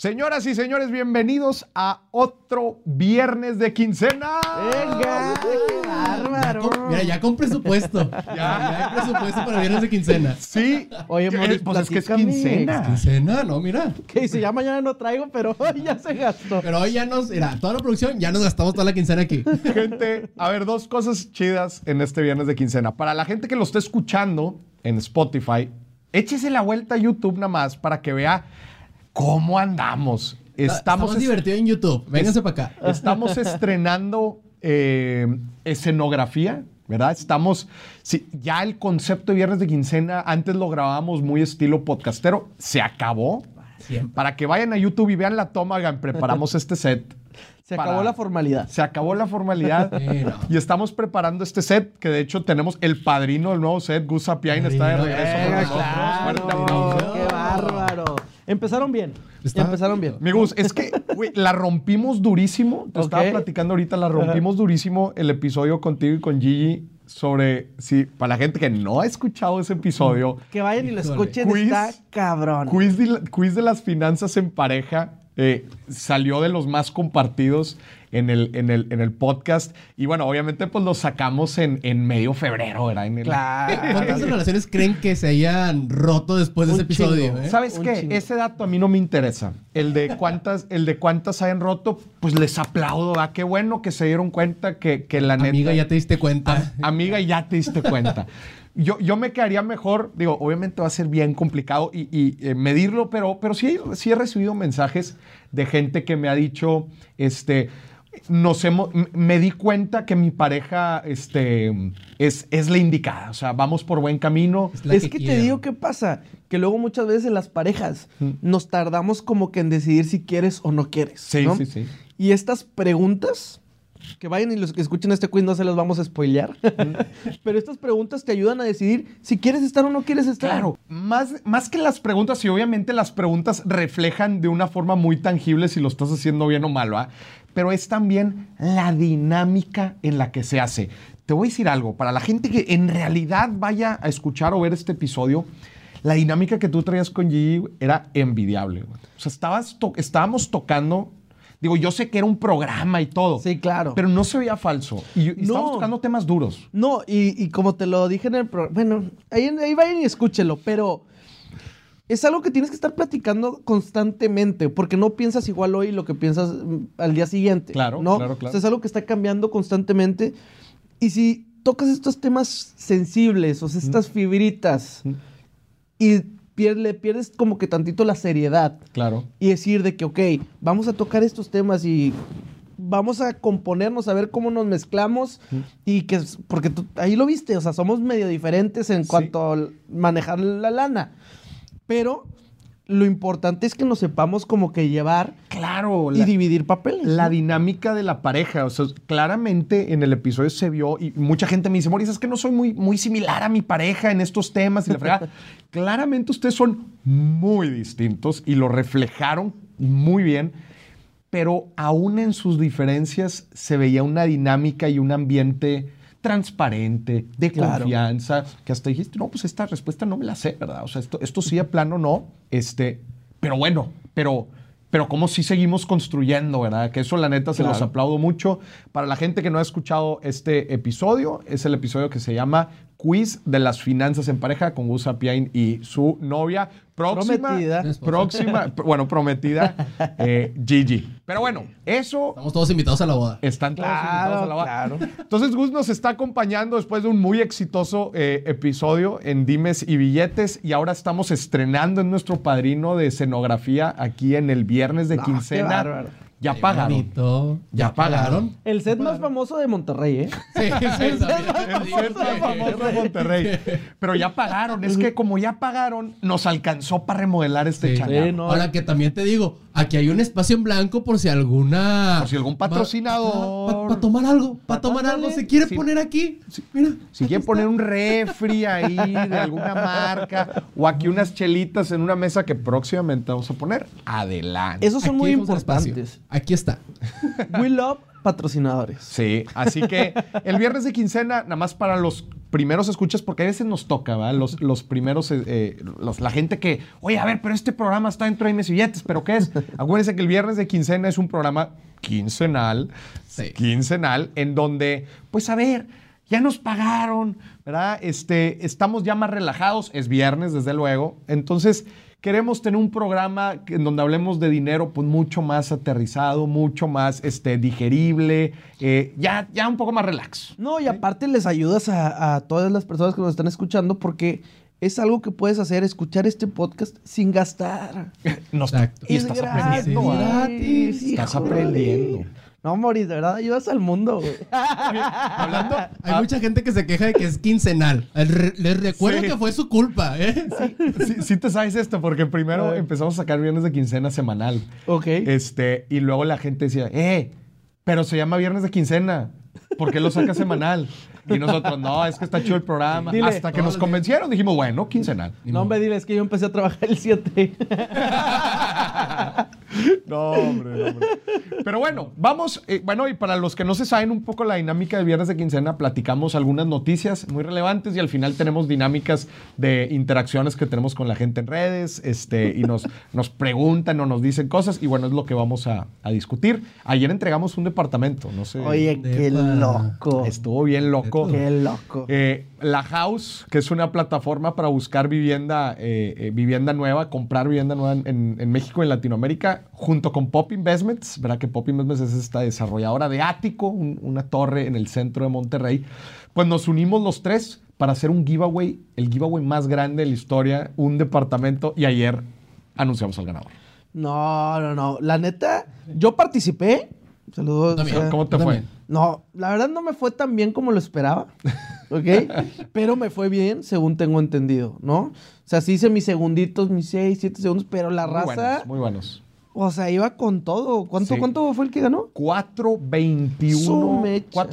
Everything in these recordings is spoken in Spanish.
Señoras y señores, bienvenidos a otro viernes de quincena. ¡Venga! ¡Qué bárbaro! Mira, ya con presupuesto. Ya hay presupuesto para viernes de quincena. Sí. Oye, Mauricio, pues es que es platícame. quincena. ¿Quincena? No, mira. Que dice, ya mañana no traigo, pero hoy ya se gastó. Pero hoy ya mira, toda la producción, ya nos gastamos toda la quincena aquí. Gente, a ver, dos cosas chidas en este viernes de quincena. Para la gente que lo está escuchando en Spotify, échese la vuelta a YouTube nada más para que vea cómo andamos. Estamos divertidos en YouTube. Vénganse para acá. Estamos estrenando escenografía, ¿verdad? Sí, ya el concepto de viernes de quincena, antes lo grabábamos muy estilo podcastero, se acabó. Siempre. Para que vayan a YouTube y vean la toma, preparamos este set. Se acabó la formalidad. Se acabó la formalidad. Pero- Y estamos preparando este set, que de hecho tenemos el padrino del nuevo set, Gus Sapiain, está de regreso con Venga, nosotros. Fuerte claro. aplauso. ¡Qué bárbaro! Empezaron bien. Está- Empezaron bien. Mi Gus, es que, güey, la rompimos durísimo. Te Ok. estaba platicando ahorita, la rompimos durísimo el episodio contigo y con Gigi sobre, sí, para la gente que no ha escuchado ese episodio, Que vayan y lo Híjole. escuchen, Quiz. está cabrón. quiz de las finanzas en pareja. Salió de los más compartidos en el podcast. Y bueno, obviamente pues lo sacamos en medio febrero, ¿verdad? Claro. ¿Cuántas relaciones creen que se hayan roto después de ese Un chingo. episodio? ¿Sabes Un qué? chingo. Ese dato a mí no me interesa. El de cuántas hayan roto, pues les aplaudo. ¿Va? Qué bueno que se dieron cuenta que la neta... Amiga, ya te diste cuenta. Amiga, ya te diste cuenta. Yo me quedaría mejor, digo, obviamente va a ser bien complicado y medirlo, pero sí he recibido mensajes de gente que me ha dicho, me di cuenta que mi pareja es la indicada, o sea, vamos por buen camino. la Es que te quiero. digo qué pasa, que luego muchas veces en las parejas nos tardamos como que en decidir si quieres o no quieres. Sí, ¿no? sí, sí. Y estas preguntas, que vayan y los que escuchen este quiz no se los vamos a spoilear, pero estas preguntas te ayudan a decidir si quieres estar o no quieres estar. Claro, más que las preguntas, y obviamente las preguntas reflejan de una forma muy tangible si lo estás haciendo bien o mal, ¿va? Pero es también la dinámica en la que se hace. Te voy a decir algo, para la gente que en realidad vaya a escuchar o ver este episodio, la dinámica que tú traías con Gigi era envidiable, güey. O sea, estábamos tocando, digo, yo sé que era un programa y todo. Sí, claro. Pero no se veía falso. Y estábamos No. tocando temas duros. No, y como te lo dije en el programa, bueno, ahí vayan y escúchelo, pero es algo que tienes que estar platicando constantemente, porque no piensas igual hoy lo que piensas al día siguiente. Claro, ¿no? claro, claro. O sea, es algo que está cambiando constantemente. Y si tocas estos temas sensibles, o sea, estas fibritas, y le pierdes como que tantito la seriedad. Claro. Y decir de que, ok, vamos a tocar estos temas y vamos a componernos, a ver cómo nos mezclamos y que, porque tú, ahí lo viste, o sea, somos medio diferentes en Sí. cuanto a manejar la lana, pero lo importante es que nos sepamos como que llevar Claro. y dividir papeles. La ¿no? dinámica de la pareja, o sea, claramente en el episodio se vio y mucha gente me dice, Mauricio, es que no soy muy similar a mi pareja en estos temas y la fregada. Claramente ustedes son muy distintos y lo reflejaron muy bien, pero aún en sus diferencias se veía una dinámica y un ambiente transparente, de Claro. confianza, que hasta dijiste, no, pues esta respuesta no me la sé, ¿verdad? O sea, esto sí de plano no, pero bueno, pero cómo sí seguimos construyendo, ¿verdad? Que eso la neta se Claro. los aplaudo mucho. Para la gente que no ha escuchado este episodio, es el episodio que se llama Quiz de las finanzas en pareja con Gus Sapiain y su novia Prometida. prometida, Gigi. Pero bueno, eso Estamos todos invitados a la boda. están todos Claro, invitados a la boda. claro. Entonces, Gus nos está acompañando después de un muy exitoso episodio en Dimes y Billetes y ahora estamos estrenando en nuestro padrino de escenografía aquí en el viernes de No, qué quincena. bárbaro. Ya Qué pagaron. bonito. ¿Ya pagaron? El set más famoso de Monterrey, ¿eh? Sí, sí, El set más famoso de Monterrey. Pero ya pagaron. Es que como ya pagaron, nos alcanzó para remodelar este Sí. changarro. Sí, no. Ahora que también te digo, aquí hay un espacio en blanco por si alguna... Por si algún patrocinador. Para tomar algo, para tomar Ándale. algo. ¿Se quiere Sí. poner aquí? Mira. Si quieren poner un refri ahí de alguna marca o aquí unas chelitas en una mesa que próximamente vamos a poner, adelante. Esos son Aquí muy dejamos el espacio. importantes. Aquí está. We love patrocinadores. Sí, así que el viernes de quincena, nada más para los primeros escuchas, porque a veces nos toca, ¿verdad? Los primeros, la gente que, oye, a ver, pero este programa está dentro de mis billetes, ¿pero qué es? Acuérdense que el viernes de quincena es un programa quincenal, en donde, pues a ver, ya nos pagaron, ¿verdad? Estamos ya más relajados, es viernes, desde luego, entonces queremos tener un programa en donde hablemos de dinero pues mucho más aterrizado, mucho más digerible, ya un poco más relax. No, y aparte les ayudas a todas las personas que nos están escuchando porque es algo que puedes hacer, escuchar este podcast sin gastar. Exacto. Y estás aprendiendo. Gratis, Estás híjole. aprendiendo. No, Moris, de verdad ayudas al mundo, güey. Hablando, hay mucha gente que se queja de que es quincenal. Les recuerdo Sí. que fue su culpa, ¿eh? Sí te sabes esto, porque primero empezamos a sacar viernes de quincena semanal. Ok. Y luego la gente decía, pero se llama viernes de quincena. ¿Por qué lo saca semanal? Y nosotros, no, es que está chido el programa. Dile. Hasta que nos convencieron, dijimos, bueno, quincenal. No, hombre, dile, es que yo empecé a trabajar el 7. No, hombre. Pero bueno, vamos. Y para los que no se saben un poco la dinámica del viernes de quincena, platicamos algunas noticias muy relevantes y al final tenemos dinámicas de interacciones que tenemos con la gente en redes, y nos preguntan o nos dicen cosas y bueno, es lo que vamos a discutir. Ayer entregamos un departamento, no sé. Oye, qué Epa. loco. Estuvo bien loco. Qué loco. La House, que es una plataforma para buscar vivienda nueva, comprar vivienda nueva en México y en Latinoamérica, junto con Pop Investments, ¿verdad? Que Pop Investments es esta desarrolladora de Ático, una torre en el centro de Monterrey. Pues nos unimos los tres para hacer un giveaway, el giveaway más grande de la historia, un departamento, y ayer anunciamos al ganador. No. La neta, yo participé. Saludos. También. ¿Cómo te Yo fue? también. No, la verdad no me fue tan bien como lo esperaba, ¿ok? Pero me fue bien, según tengo entendido, ¿no? O sea, sí hice mis segunditos, mis 6, 7 segundos, pero la Muy raza, buenos, muy buenos. o sea, iba con todo. Sí. ¿Cuánto fue el que ganó? 4.21. mecha.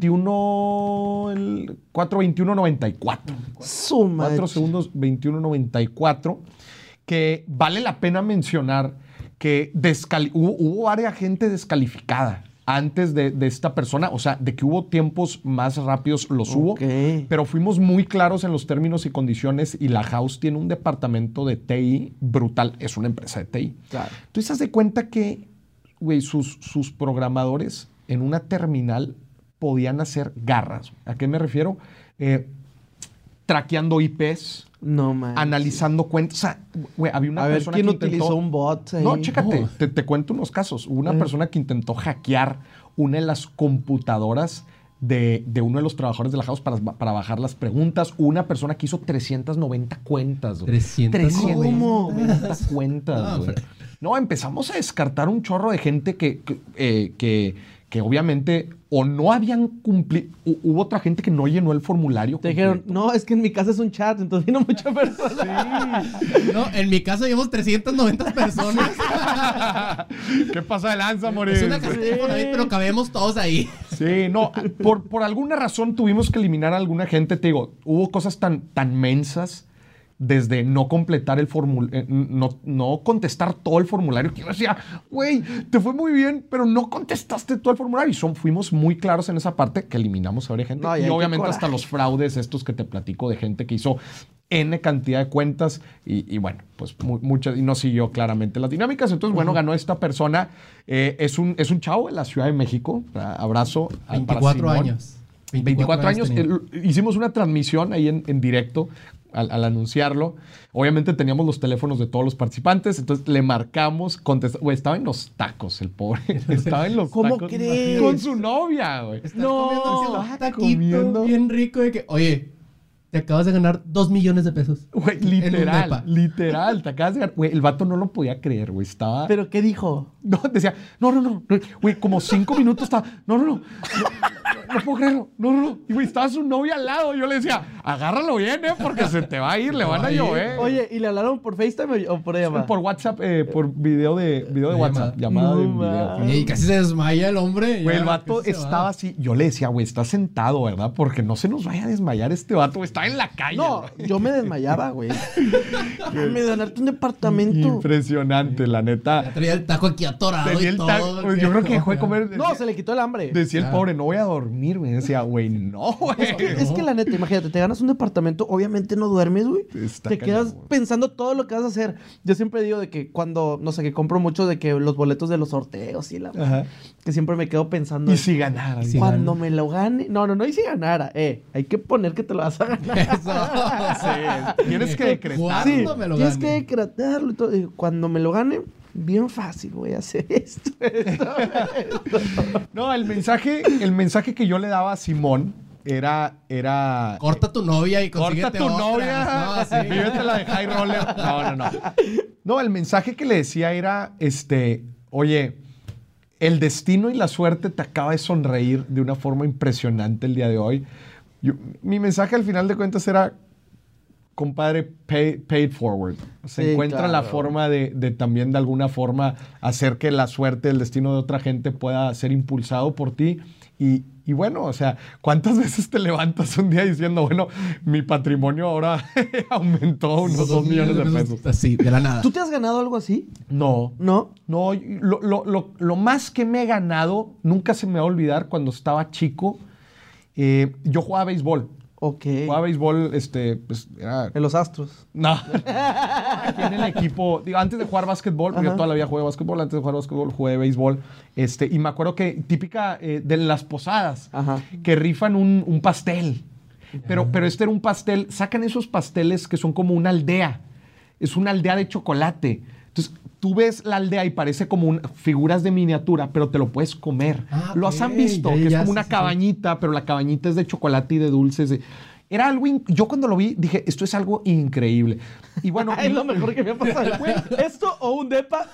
4.21.94. Su 4 madre. segundos 21.94. Que vale la pena mencionar que hubo varias gente descalificada antes de esta persona. O sea, de que hubo tiempos más rápidos, los hubo. Ok. Pero fuimos muy claros en los términos y condiciones y la House tiene un departamento de TI brutal. Es una empresa de TI. Claro. Entonces, haz de cuenta que, güey, sus programadores en una terminal podían hacer garras. ¿A qué me refiero? Traqueando IPs, No, man. analizando cuentas. O sea, güey, había una A ver, persona ¿quién que utilizó un bot ahí? No, chécate, Oh. te cuento unos casos. Hubo una persona que intentó hackear una de las computadoras de uno de los trabajadores de la House para bajar las preguntas. Una persona que hizo 390 cuentas. Güey. 390 cuentas, No, güey. pero- No, empezamos a descartar un chorro de gente que obviamente o no habían cumplido. Hubo otra gente que no llenó el formulario. Te dijeron, completo. no, es que en mi casa es un chat, entonces vino mucha persona. No, en mi casa llevamos 390 personas. ¿Qué pasa de lanza, Moris? Es una casita de Infonavit, pero cabemos todos ahí. Sí, no, por alguna razón tuvimos que eliminar a alguna gente. Te digo, hubo cosas tan mensas desde no completar el formulario, no contestar todo el formulario, que yo decía, güey, te fue muy bien, pero no contestaste todo el formulario. Y fuimos muy claros en esa parte que eliminamos a varias gente. No, y y hay que obviamente hasta coraje. los fraudes estos que te platico de gente que hizo N cantidad de cuentas y bueno, pues muchas, y no siguió claramente las dinámicas. Entonces, bueno, ganó esta persona. Es un chavo de la Ciudad de México. Abrazo. para 24 Simón. años. 24 años. tenía. Hicimos una transmisión ahí en directo al anunciarlo. Obviamente teníamos los teléfonos de todos los participantes, entonces le marcamos, güey, estaba en los tacos el pobre. Estaba en los ¿Cómo tacos crees? con su novia, güey. Estás No, comiendo un estaba taquito comiendo. bien rico de que, oye, te acabas de ganar 2 millones de pesos. Güey, En un depa. literal, te acabas de ganar. Güey, el vato no lo podía creer, güey, estaba... ¿Pero qué dijo? No, decía, no, güey, como 5 minutos estaba, no puedo creerlo, no. Y güey, estaba su novia al lado, yo le decía, agárralo bien, porque se te va a ir, le van a llover. Oye, ¿y le hablaron por FaceTime o por llamada? Por WhatsApp, por video de WhatsApp, llamada No de video. mames. Y casi se desmaya el hombre. Güey, ya, el vato casi se va. estaba así, yo le decía, güey, está sentado, ¿verdad? Porque no se nos vaya a desmayar este vato, güey, está en la calle. No, güey. yo me desmayaba, güey. Me ganarte un departamento. Impresionante, la Ya neta. traía el taco aquí atorado Tenía y el todo. pues, yo creo que dejó de comer. No, se le quitó el hambre. Decía el Ah. pobre, no voy a dormir. dormir, güey. Decía, güey, no, güey. Es que la neta, imagínate, te ganas un departamento, obviamente no duermes, güey. Está Te quedas cañón. pensando todo lo que vas a hacer. Yo siempre digo de que cuando, no sé, que compro mucho de que los boletos de los sorteos y la... Ajá. Que siempre me quedo pensando... Y si ganara. Sí. Cuando me lo gane... No, y si ganara. Hay que poner que te lo vas a ganar. Eso. Sí, tienes que decretar. Sí, ¿Cuándo me lo tienes que gane? decretarlo y todo. Y cuando me lo gane, bien fácil voy a hacer esto. No, el mensaje que yo le daba a Simón era Corta tu novia y corta consíguete tu otra. novia, No, sí. vívete la de high roller. No. No, el mensaje que le decía era, oye, el destino y la suerte te acaba de sonreír de una forma impresionante el día de hoy. Mi mensaje al final de cuentas era, compadre, pay it forward. Se Sí, encuentra claro. la forma de también de alguna forma hacer que la suerte, el destino de otra gente pueda ser impulsado por ti. Y bueno, o sea, ¿cuántas veces te levantas un día diciendo, bueno, mi patrimonio ahora aumentó unos 2 millones de pesos? Así, de la nada. ¿Tú te has ganado algo así? No. ¿No? No, lo más que me he ganado, nunca se me va a olvidar, cuando estaba chico, yo jugaba béisbol. Ok. Jugaba béisbol, pues era... En los Astros. No. Aquí en el equipo, digo, antes de jugar básquetbol, porque yo Ajá. toda la vida jugué básquetbol, antes de jugar básquetbol jugué béisbol, y me acuerdo que típica de las posadas, Ajá. que rifan un pastel, pero este era un pastel, sacan esos pasteles que son como una aldea, es una aldea de chocolate, entonces tú ves la aldea y parece como figuras de miniatura, pero te lo puedes comer. Ah, ¿Los han ok. visto? Ya, Que es ya, como sí, una sí, sí. cabañita, pero la cabañita es de chocolate y de dulces. Era algo... Yo cuando lo vi dije, esto es algo increíble. Y bueno... Es lo mejor que me ha pasado. ¿Esto o un depa?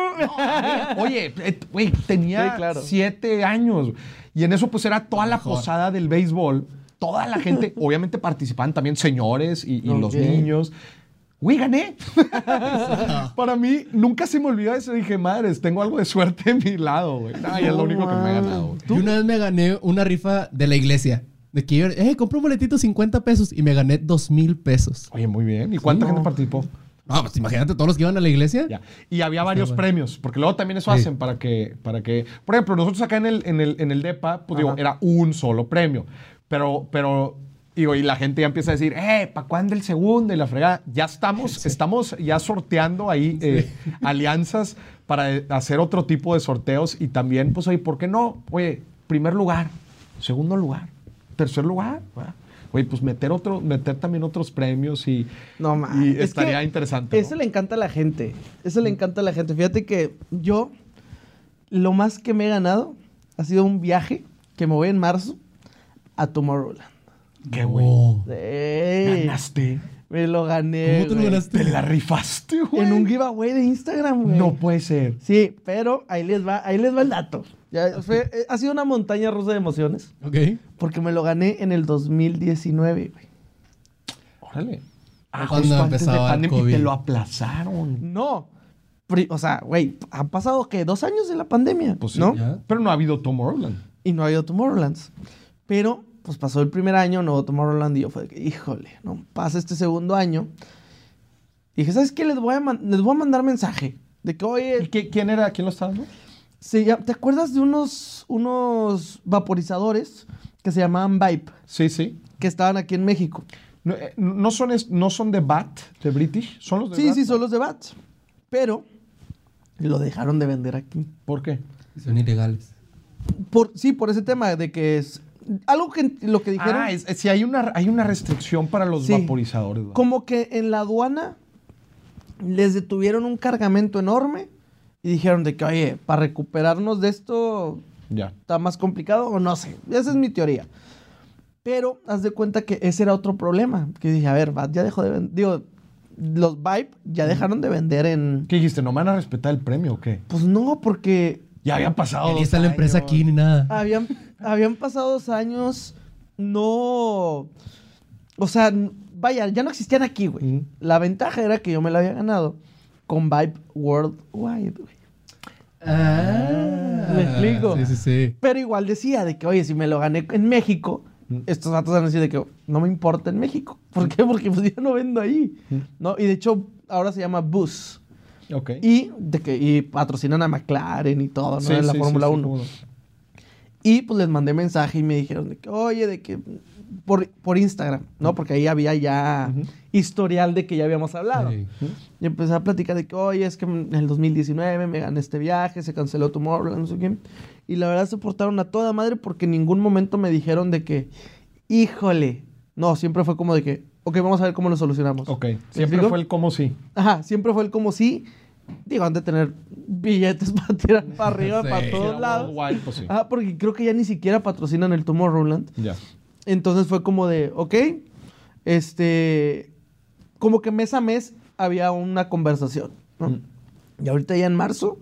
Oye, güey, tenía Sí, claro. 7 años. Y en eso pues era toda la Mejor. posada del béisbol. Toda la gente, obviamente participaban también señores y los Ok. niños. Güey, gané. Para mí, nunca se me olvidó eso. Dije, madres, tengo algo de suerte en mi lado, güey. Y es lo único que me he ganado, güey. Yo una vez me gané una rifa de la iglesia. De que yo, compré un boletito 50 pesos y me gané 2,000 pesos. Oye, muy bien. ¿Y cuánta gente participó? No, pues imagínate todos los que iban a la iglesia. Ya. Y había varios bueno. premios, porque luego también eso Sí. hacen para que... Por ejemplo, nosotros acá en el DEPA, pues digo, Ajá. era un solo premio. Pero digo, y la gente ya empieza a decir, ¿para cuándo el segundo? Y la fregada. Ya estamos ya sorteando ahí alianzas para hacer otro tipo de sorteos. Y también, pues, oye, ¿por qué no? Oye, primer lugar, segundo lugar, tercer lugar. ¿verdad? Oye, pues meter también otros premios y mames. Es estaría que interesante. ¿no? Eso le encanta a la gente. Eso le encanta a la gente. Fíjate que yo, lo más que me he ganado ha sido un viaje que me voy en marzo a Tomorrowland. Qué güey. Oh. ¡Ey! Ganaste. Me lo gané. ¿Cómo te lo güey. ganaste? Te la rifaste, güey. En un giveaway de Instagram, güey. No puede ser. Sí, pero ahí les va el dato. Ha sido una montaña rusa de emociones. Ok. Porque me lo gané en el 2019, güey. Órale. Cuando justo antes de empezaba el pandemia y COVID. te lo aplazaron. No. O sea, güey, han pasado, ¿qué? 2 años de la pandemia, Pues sí. ¿no? Ya. Pero no ha habido Tomorrowland. Y no ha habido Tomorrowlands. Pero, pues pasó el primer año, no hubo Tomorrowland, y yo fue de que, híjole, no pasa este segundo año. Y dije, ¿sabes qué? Les voy a mandar mensaje. De que, ¿Y oye, quién era? ¿Quién lo estaba dando? ¿te acuerdas de unos vaporizadores que se llamaban Vibe? Sí, sí. Que estaban aquí en México. No son de BAT, de British. Son los de Sí, BAT. sí, son los de Bats. Pero lo dejaron de vender aquí. ¿Por qué? Son ilegales. Por ese tema de que es... Algo que lo que dijeron... Sí, hay una restricción para los Sí. vaporizadores. ¿verdad? Como que en la aduana les detuvieron un cargamento enorme y dijeron de que, oye, para recuperarnos de esto Ya. está más complicado o no sé. Esa es mi teoría. Pero haz de cuenta que ese era otro problema. Que dije, a ver, Bat ya dejó de vender. Digo, los Vibe ya dejaron de vender en... ¿Qué dijiste? ¿No me van a respetar el premio o qué? Pues no, porque Ya habían pasado. Ni está la empresa aquí ni nada. habían pasado 2 años, no... O sea, vaya, ya no existían aquí, güey. Mm. La ventaja era que yo me la había ganado con Vibe Worldwide, güey. ¿Me explico? Sí, sí, sí. Pero igual decía de que, oye, si me lo gané en México, estos datos van a decir de que no me importa en México. ¿Por qué? Porque pues ya no vendo ahí. ¿No? Y de hecho, ahora se llama Bus. Ok. Y patrocinan a McLaren y todo, ¿no? Sí, en la sí, Fórmula sí, 1. cómo no. Y pues les mandé mensaje y me dijeron de que, oye, de que por Instagram, ¿no? Porque ahí había ya historial de que ya habíamos hablado. Sí. Y empecé a platicar de que, oye, es que en el 2019 me gané este viaje, se canceló Tomorrowland, no sé qué. Y la verdad se portaron a toda madre porque en ningún momento me dijeron de que, híjole. No, siempre fue como de que, ok, vamos a ver cómo lo solucionamos. Ok. ¿Me Siempre explico? fue el cómo sí. Ajá, siempre fue el como sí. Digo, han de tener billetes para tirar para arriba, Sí. para Era todos lados. worldwide, pues sí. Ajá, porque creo que ya ni siquiera patrocinan el Tomorrowland. Ya. Entonces fue como de, ok, como que mes a mes había una conversación, ¿no? Y ahorita ya en marzo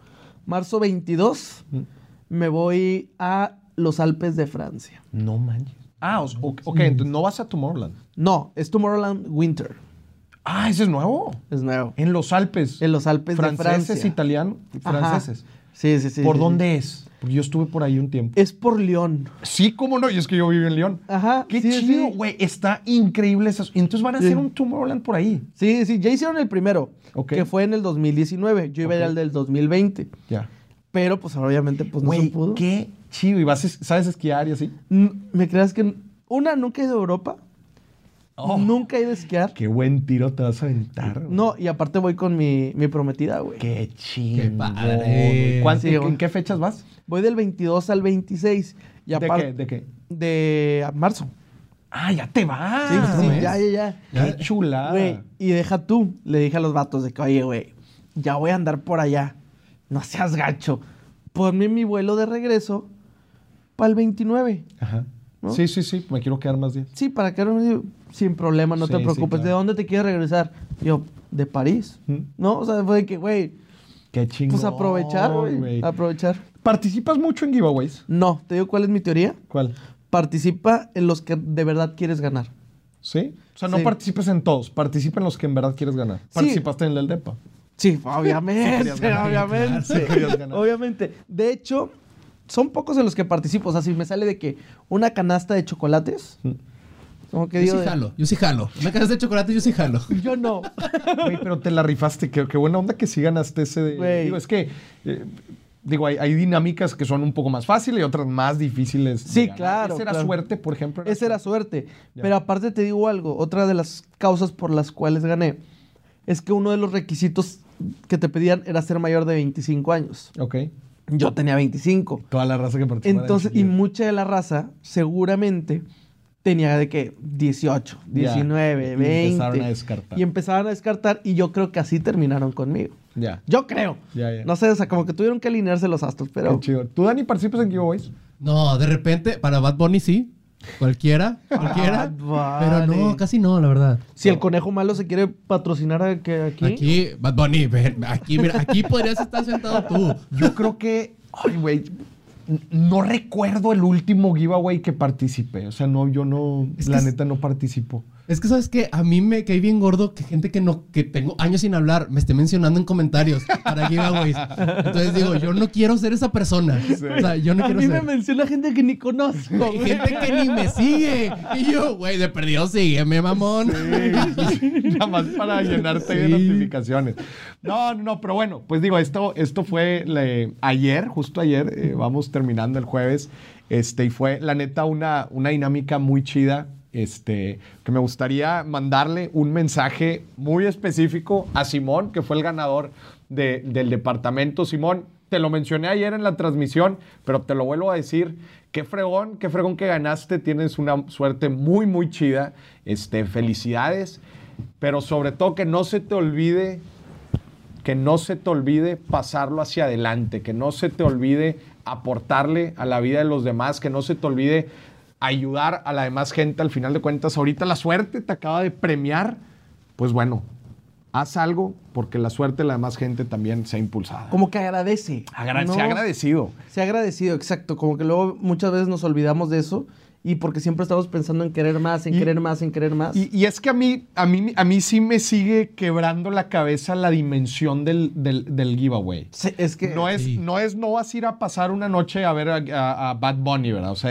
22, me voy a los Alpes de Francia. No manches. Ah, ok, entonces no vas a Tomorrowland. No, es Tomorrowland Winter. Ah, ese es nuevo. Es nuevo. En los Alpes. En los Alpes de Francia. Franceses, italianos, Ajá. franceses. Sí, sí, sí. ¿Por sí, dónde es? Porque yo estuve por ahí un tiempo. Es por León. Sí, cómo no, y es que yo viví en León. Ajá. Qué sí, chido, sí. güey. Está increíble eso. Entonces van a hacer un Tomorrowland por ahí. Sí, sí, ya hicieron el primero, Ok. que fue en el 2019. Yo iba a ir Ok. al del 2020. Ya. Pero, pues, obviamente, pues, no se Güey, pudo. qué chido. ¿Y sabes esquiar y así? ¿Me creas que nunca he ido a Europa? Oh. Nunca he ido a esquiar. Qué buen tiro te vas a aventar. güey. No, y aparte voy con mi prometida, güey. Qué chido. Qué padre. Sí, güey. ¿En qué fechas vas? Voy del 22 al 26. Y ¿De aparte, qué? ¿De qué? de marzo. Ah, ya te vas. Sí, sí, mes. ya. Qué chulada. Güey, y deja tú. Le dije a los vatos de que, oye, güey, ya voy a andar por allá. No seas gacho. Ponme mi vuelo de regreso para el 29. Ajá. ¿No? Sí. Me quiero quedar más días. Sí, para quedarme sin problema, no Sí, te sí, preocupes. claro. ¿De dónde te quieres regresar? Yo, de París. ¿No? O sea, fue de que, güey, Qué chingón. pues aprovechar, güey. Aprovechar. ¿Participas mucho en giveaways? No, te digo cuál es mi teoría. ¿Cuál? Participa en los que de verdad quieres ganar. ¿Sí? O sea, no Sí. participes en todos. Participa en los que en verdad quieres ganar. Sí. Participaste en el del DEPA. Sí, obviamente, querías ganar, obviamente. claro, sí querías ganar. Obviamente. De hecho, son pocos en los que participo. O sea, si me sale de que una canasta de chocolates, como que Yo digo, sí jalo, yo sí jalo. Una canasta de chocolate, yo sí jalo. yo no. Güey, pero te la rifaste. Qué buena onda que sí ganaste ese de... Güey. Digo, es que... hay dinámicas que son un poco más fáciles y otras más difíciles. de Sí, ganar. claro, ¿Esa era claro. suerte, por ejemplo? Esa era suerte. Ya. Pero aparte te digo algo, otra de las causas por las cuales gané es que uno de los requisitos que te pedían era ser mayor de 25 años. Ok. Yo tenía 25. Toda la raza que participaba. Entonces, y mucha de la raza seguramente tenía de que 18, Ya. 19, Y 20. empezaron a descartar. Y empezaron a descartar y yo creo que así terminaron conmigo. Ya. Yo creo. Ya. No sé, o sea, como que tuvieron que alinearse los astros, pero... Qué chido. ¿Tú, Dani, participas en giveaways? No, de repente, para Bad Bunny sí. Cualquiera. Bad Pero no, Bunny. casi no, la verdad. Si el conejo malo se quiere patrocinar aquí... Aquí, Bad Bunny, ven, aquí, mira, aquí podrías estar sentado tú. Yo creo que... Ay, güey. No recuerdo el último giveaway que participé. O sea, no, yo no... Es la que neta no participo. Es que, ¿sabes qué? A mí me cae bien gordo que gente que tengo años sin hablar me esté mencionando en comentarios para giveaways. Entonces digo, yo no quiero ser esa persona. O sea, yo no A quiero mí me ser. menciona gente que ni conozco. Hay güey. gente que ni me sigue. Y yo, güey, de perdido sígueme, mamón. Nada más para llenarte de Sí. notificaciones. No, pero bueno, pues digo, esto fue ayer, justo ayer, vamos terminando el jueves, y fue, la neta, una dinámica muy chida, que me gustaría mandarle un mensaje muy específico a Simón, que fue el ganador del departamento. Simón, te lo mencioné ayer en la transmisión, pero te lo vuelvo a decir. Qué fregón que ganaste. Tienes una suerte muy, muy chida. Felicidades. Pero sobre todo que no se te olvide pasarlo hacia adelante, que no se te olvide aportarle a la vida de los demás, que no se te olvide ayudar a la demás gente. Al final de cuentas, ahorita la suerte te acaba de premiar. Pues bueno, haz algo porque la suerte de la demás gente también sea impulsada. Como que agradece. ¿no? Sea agradecido. Se ha agradecido, exacto. Como que luego muchas veces nos olvidamos de eso y porque siempre estamos pensando en querer más, en querer más, en querer más. Y es que a mí sí me sigue quebrando la cabeza la dimensión del giveaway. Sí, es que... No vas a ir a pasar una noche a ver a Bad Bunny, ¿verdad? O sea,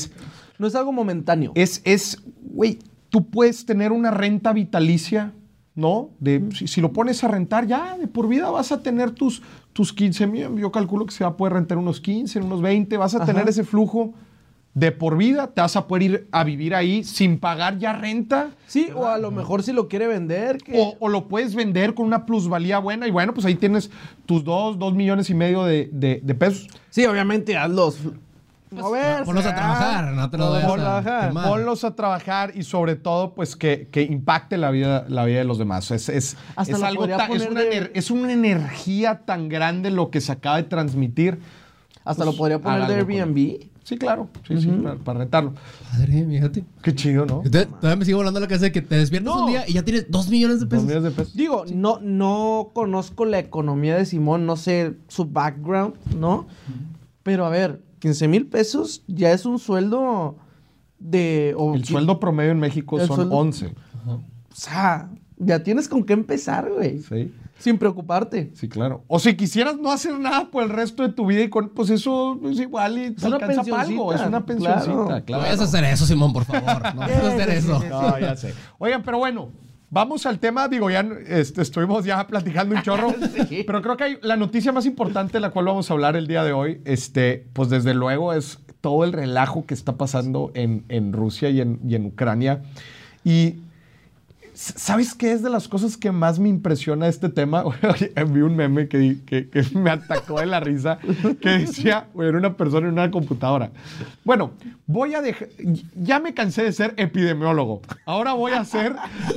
no es algo momentáneo. güey, tú puedes tener una renta vitalicia ¿no? Si lo pones a rentar, ya de por vida vas a tener tus 15,000. Yo calculo que se va a poder rentar unos 15, unos 20. Vas a tener ese flujo de por vida. Te vas a poder ir a vivir ahí sin pagar ya renta. Sí, o a lo mejor si lo quiere vender. O lo puedes vender con una plusvalía buena. Y bueno, pues ahí tienes tus 2 millones y medio de pesos. Sí, obviamente, hazlos. Ponlos a trabajar, no te lo vayas a quemar. Ponlos a trabajar y sobre todo, pues, que impacte la vida de los demás. Es algo es una energía tan grande lo que se acaba de transmitir. Hasta lo podría poner de Airbnb. Sí, claro. Sí, para rentarlo. Padre, fíjate. Qué chido, ¿no? Todavía me sigo volando la cabeza de que te despiertas un día y ya tienes 2 millones de pesos. 2 millones de pesos. Digo, no conozco la economía de Simón, no sé su background, ¿no? Pero a ver, 15,000 pesos ya es un sueldo de... El sueldo promedio en México son 11. O sea, ya tienes con qué empezar, güey. Sí. Sin preocuparte. Sí, claro. O si quisieras no hacer nada por el resto de tu vida y pues eso es igual y te alcanza para algo. Es una pensioncita, claro. No vayas a hacer eso, Simón, por favor. No vayas a hacer eso. No, ya sé. Oigan, pero bueno, vamos al tema. Digo, ya estuvimos ya platicando un chorro. Sí. Pero creo que la noticia más importante de la cual vamos a hablar el día de hoy, pues desde luego es todo el relajo que está pasando en Rusia y en Ucrania. Y ¿sabes qué es de las cosas que más me impresiona este tema? Vi un meme que me atacó de la risa, que decía, era una persona en una computadora. Bueno, ya me cansé de ser epidemiólogo. Ahora voy a ser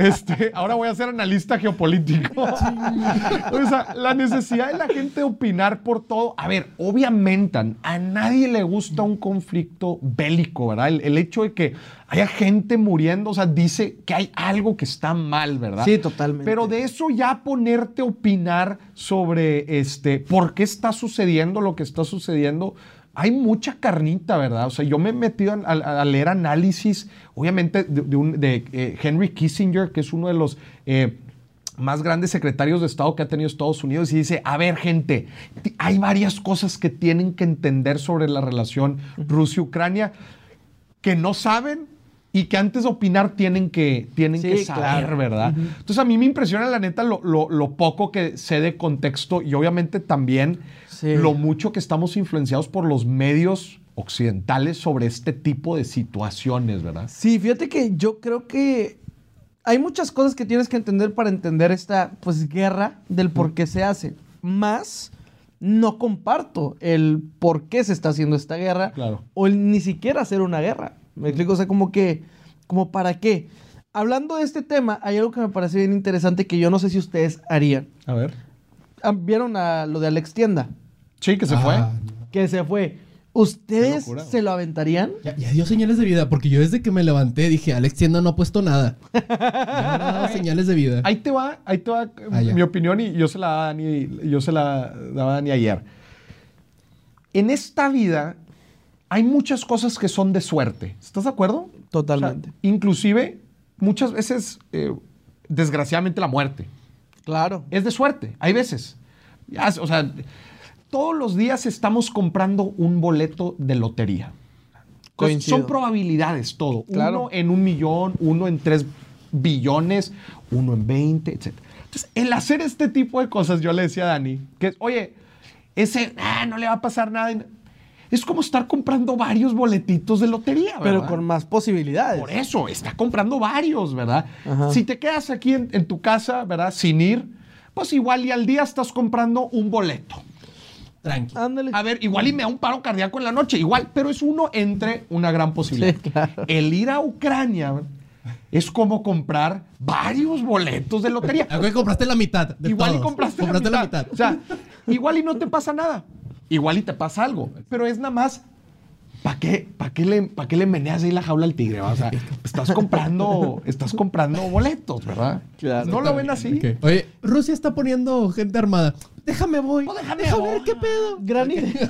analista geopolítico. O sea, la necesidad de la gente de opinar por todo. A ver, obviamente a nadie le gusta un conflicto bélico, ¿verdad? El hecho de que haya gente muriendo, o sea, dice que hay algo que está mal, ¿verdad? Sí, totalmente. Pero de eso ya ponerte a opinar sobre por qué está sucediendo lo que está sucediendo, hay mucha carnita, ¿verdad? O sea, yo me he metido a leer análisis, obviamente, de Henry Kissinger, que es uno de los más grandes secretarios de Estado que ha tenido Estados Unidos, y dice, a ver, gente, hay varias cosas que tienen que entender sobre la relación Rusia-Ucrania que no saben y que antes de opinar tienen que saber, claro, ¿verdad? Entonces a mí me impresiona la neta lo poco que sé de contexto y obviamente también lo mucho que estamos influenciados por los medios occidentales sobre este tipo de situaciones, ¿verdad? Sí, fíjate que yo creo que hay muchas cosas que tienes que entender para entender esta, pues, guerra del por qué se hace. Más no comparto el por qué se está haciendo esta guerra, claro, o el ni siquiera hacer una guerra. ¿Me explico? O sea, como para qué. Hablando de este tema, hay algo que me parece bien interesante que yo no sé si ustedes harían. A ver. ¿Vieron lo de Alex Tienda? Sí, que se fue. Que se fue. ¿Ustedes se lo aventarían? Ya dio señales de vida, porque yo desde que me levanté dije, Alex Tienda no ha puesto nada. Ya no ha dado señales de vida. Ahí te va mi opinión y yo se la daba a Dani ayer. En esta vida hay muchas cosas que son de suerte. ¿Estás de acuerdo? Totalmente. O sea, inclusive, muchas veces, desgraciadamente, la muerte. Claro. Es de suerte. Hay veces. O sea, todos los días estamos comprando un boleto de lotería. Entonces, son probabilidades todo. Claro. 1 en 1 millón, 1 en 3 billones, 1 en 20, etc. Entonces, el hacer este tipo de cosas, yo le decía a Dani, que, oye, no le va a pasar nada. Es como estar comprando varios boletitos de lotería, ¿verdad? Pero con más posibilidades. Por eso, está comprando varios, ¿verdad? Ajá. Si te quedas aquí en tu casa, ¿verdad? Sin ir, pues igual y al día estás comprando un boleto. Tranqui. Ándale. A ver, igual y me da un paro cardíaco en la noche, igual, pero es uno entre una gran posibilidad. Sí, claro. El ir a Ucrania es como comprar varios boletos de lotería. Algo que compraste la mitad de Igual todos. y compraste la mitad. O sea, igual y no te pasa nada. Igual y te pasa algo. Pero es nada más, ¿para qué le meneas ahí la jaula al tigre? ¿Va? O sea, estás comprando boletos, ¿verdad? Claro. ¿No lo ven así? Okay. Oye, Rusia está poniendo gente armada. Déjame voy. Déjame ver qué pedo. Gran idea.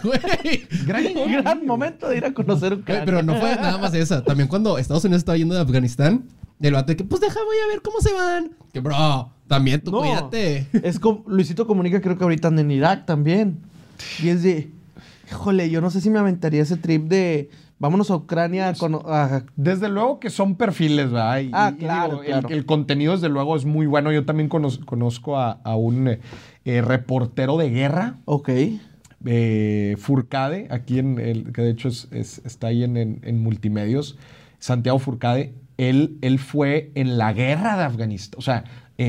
Gran momento de ir a conocer Ucrania. Pero no fue nada más esa. También cuando Estados Unidos estaba yendo de Afganistán, el vato de que, pues voy a ver cómo se van. Que, bro, también tú cuídate. Es como Luisito Comunica, creo que ahorita anda en Irak también. Y es de, híjole, yo no sé si me aventaría ese trip de vámonos a Ucrania Desde luego que son perfiles, ¿verdad? Claro, claro. El contenido, desde luego, es muy bueno. Yo también conozco a un reportero de guerra. Ok. Furcade, aquí que de hecho está ahí en Multimedios, Santiago Furcade. Él fue en la guerra de Afganistán. O sea,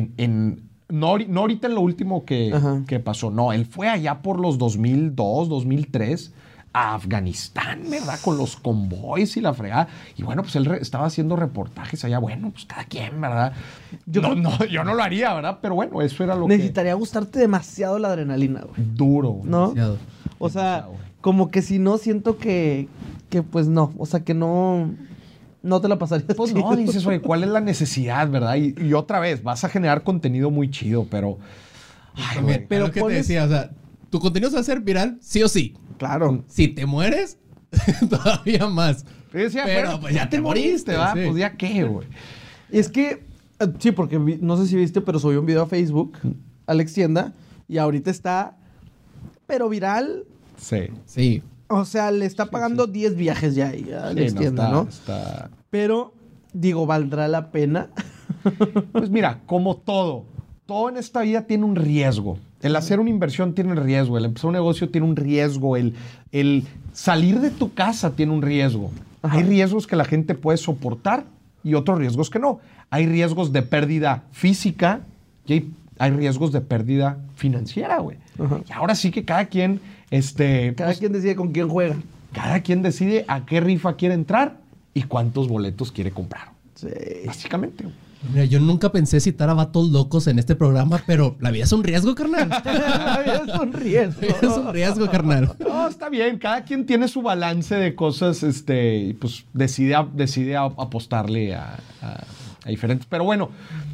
no ahorita en lo último que pasó. No, él fue allá por los 2002, 2003 a Afganistán, ¿verdad? Con los convoys y la fregada. Y bueno, pues él estaba haciendo reportajes allá. Bueno, pues cada quien, ¿verdad? Yo no lo haría, ¿verdad? Pero bueno, eso era lo necesitaría gustarte demasiado la adrenalina, güey. Duro. ¿No? Demasiado. O sea, como que si no, siento que pues no. O sea, que no te la pasarías. Pues no, dices, oye, ¿cuál es la necesidad, verdad? Y otra vez, vas a generar contenido muy chido, pero... Ay, güey, pero ¿qué te decía? O sea, tu contenido se va a hacer viral sí o sí. Claro. Si te mueres, todavía más. Decía, pero bueno, pues ya te moriste, ¿verdad? Sí. Pues ya qué, güey. Es que, sí, porque no sé si viste, pero subió un video a Facebook, Alex Tienda, y ahorita está, pero viral. Sí. Sí. O sea, le está pagando 10 viajes ya a Alex Tienda, ¿no? Está... Pero, digo, ¿valdrá la pena? Pues mira, como todo en esta vida tiene un riesgo. El hacer una inversión tiene un riesgo, el empezar un negocio tiene un riesgo, el salir de tu casa tiene un riesgo. Ajá. Hay riesgos que la gente puede soportar y otros riesgos que no. Hay riesgos de pérdida física y hay riesgos de pérdida financiera, güey. Y ahora sí que cada quien... Cada quien decide con quién juega. Cada quien decide a qué rifa quiere entrar y cuántos boletos quiere comprar. Sí. Básicamente. Mira, yo nunca pensé citar a vatos locos en este programa, pero la vida es un riesgo, carnal. La vida es un riesgo. La vida es un riesgo, carnal. No, está bien. Cada quien tiene su balance de cosas, y pues decide apostarle a diferentes. Pero bueno,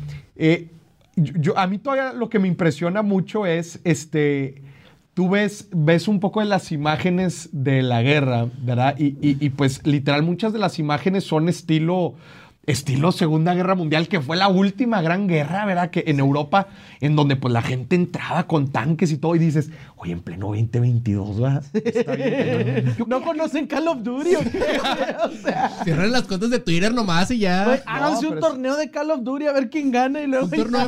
a mí todavía lo que me impresiona mucho es, tú ves un poco de las imágenes de la guerra, ¿verdad? Y pues literal muchas de las imágenes son estilo Segunda Guerra Mundial, que fue la última gran guerra, ¿verdad? Que en Europa, en donde pues la gente entraba con tanques y todo, y dices, oye, en pleno 2022, ¿verdad? Está bien, ¿No conocen Call of Duty o qué? O sea, cierren las cuentas de Twitter nomás y ya. Pues, háganse un torneo de Call of Duty a ver quién gana y luego... Un torneo de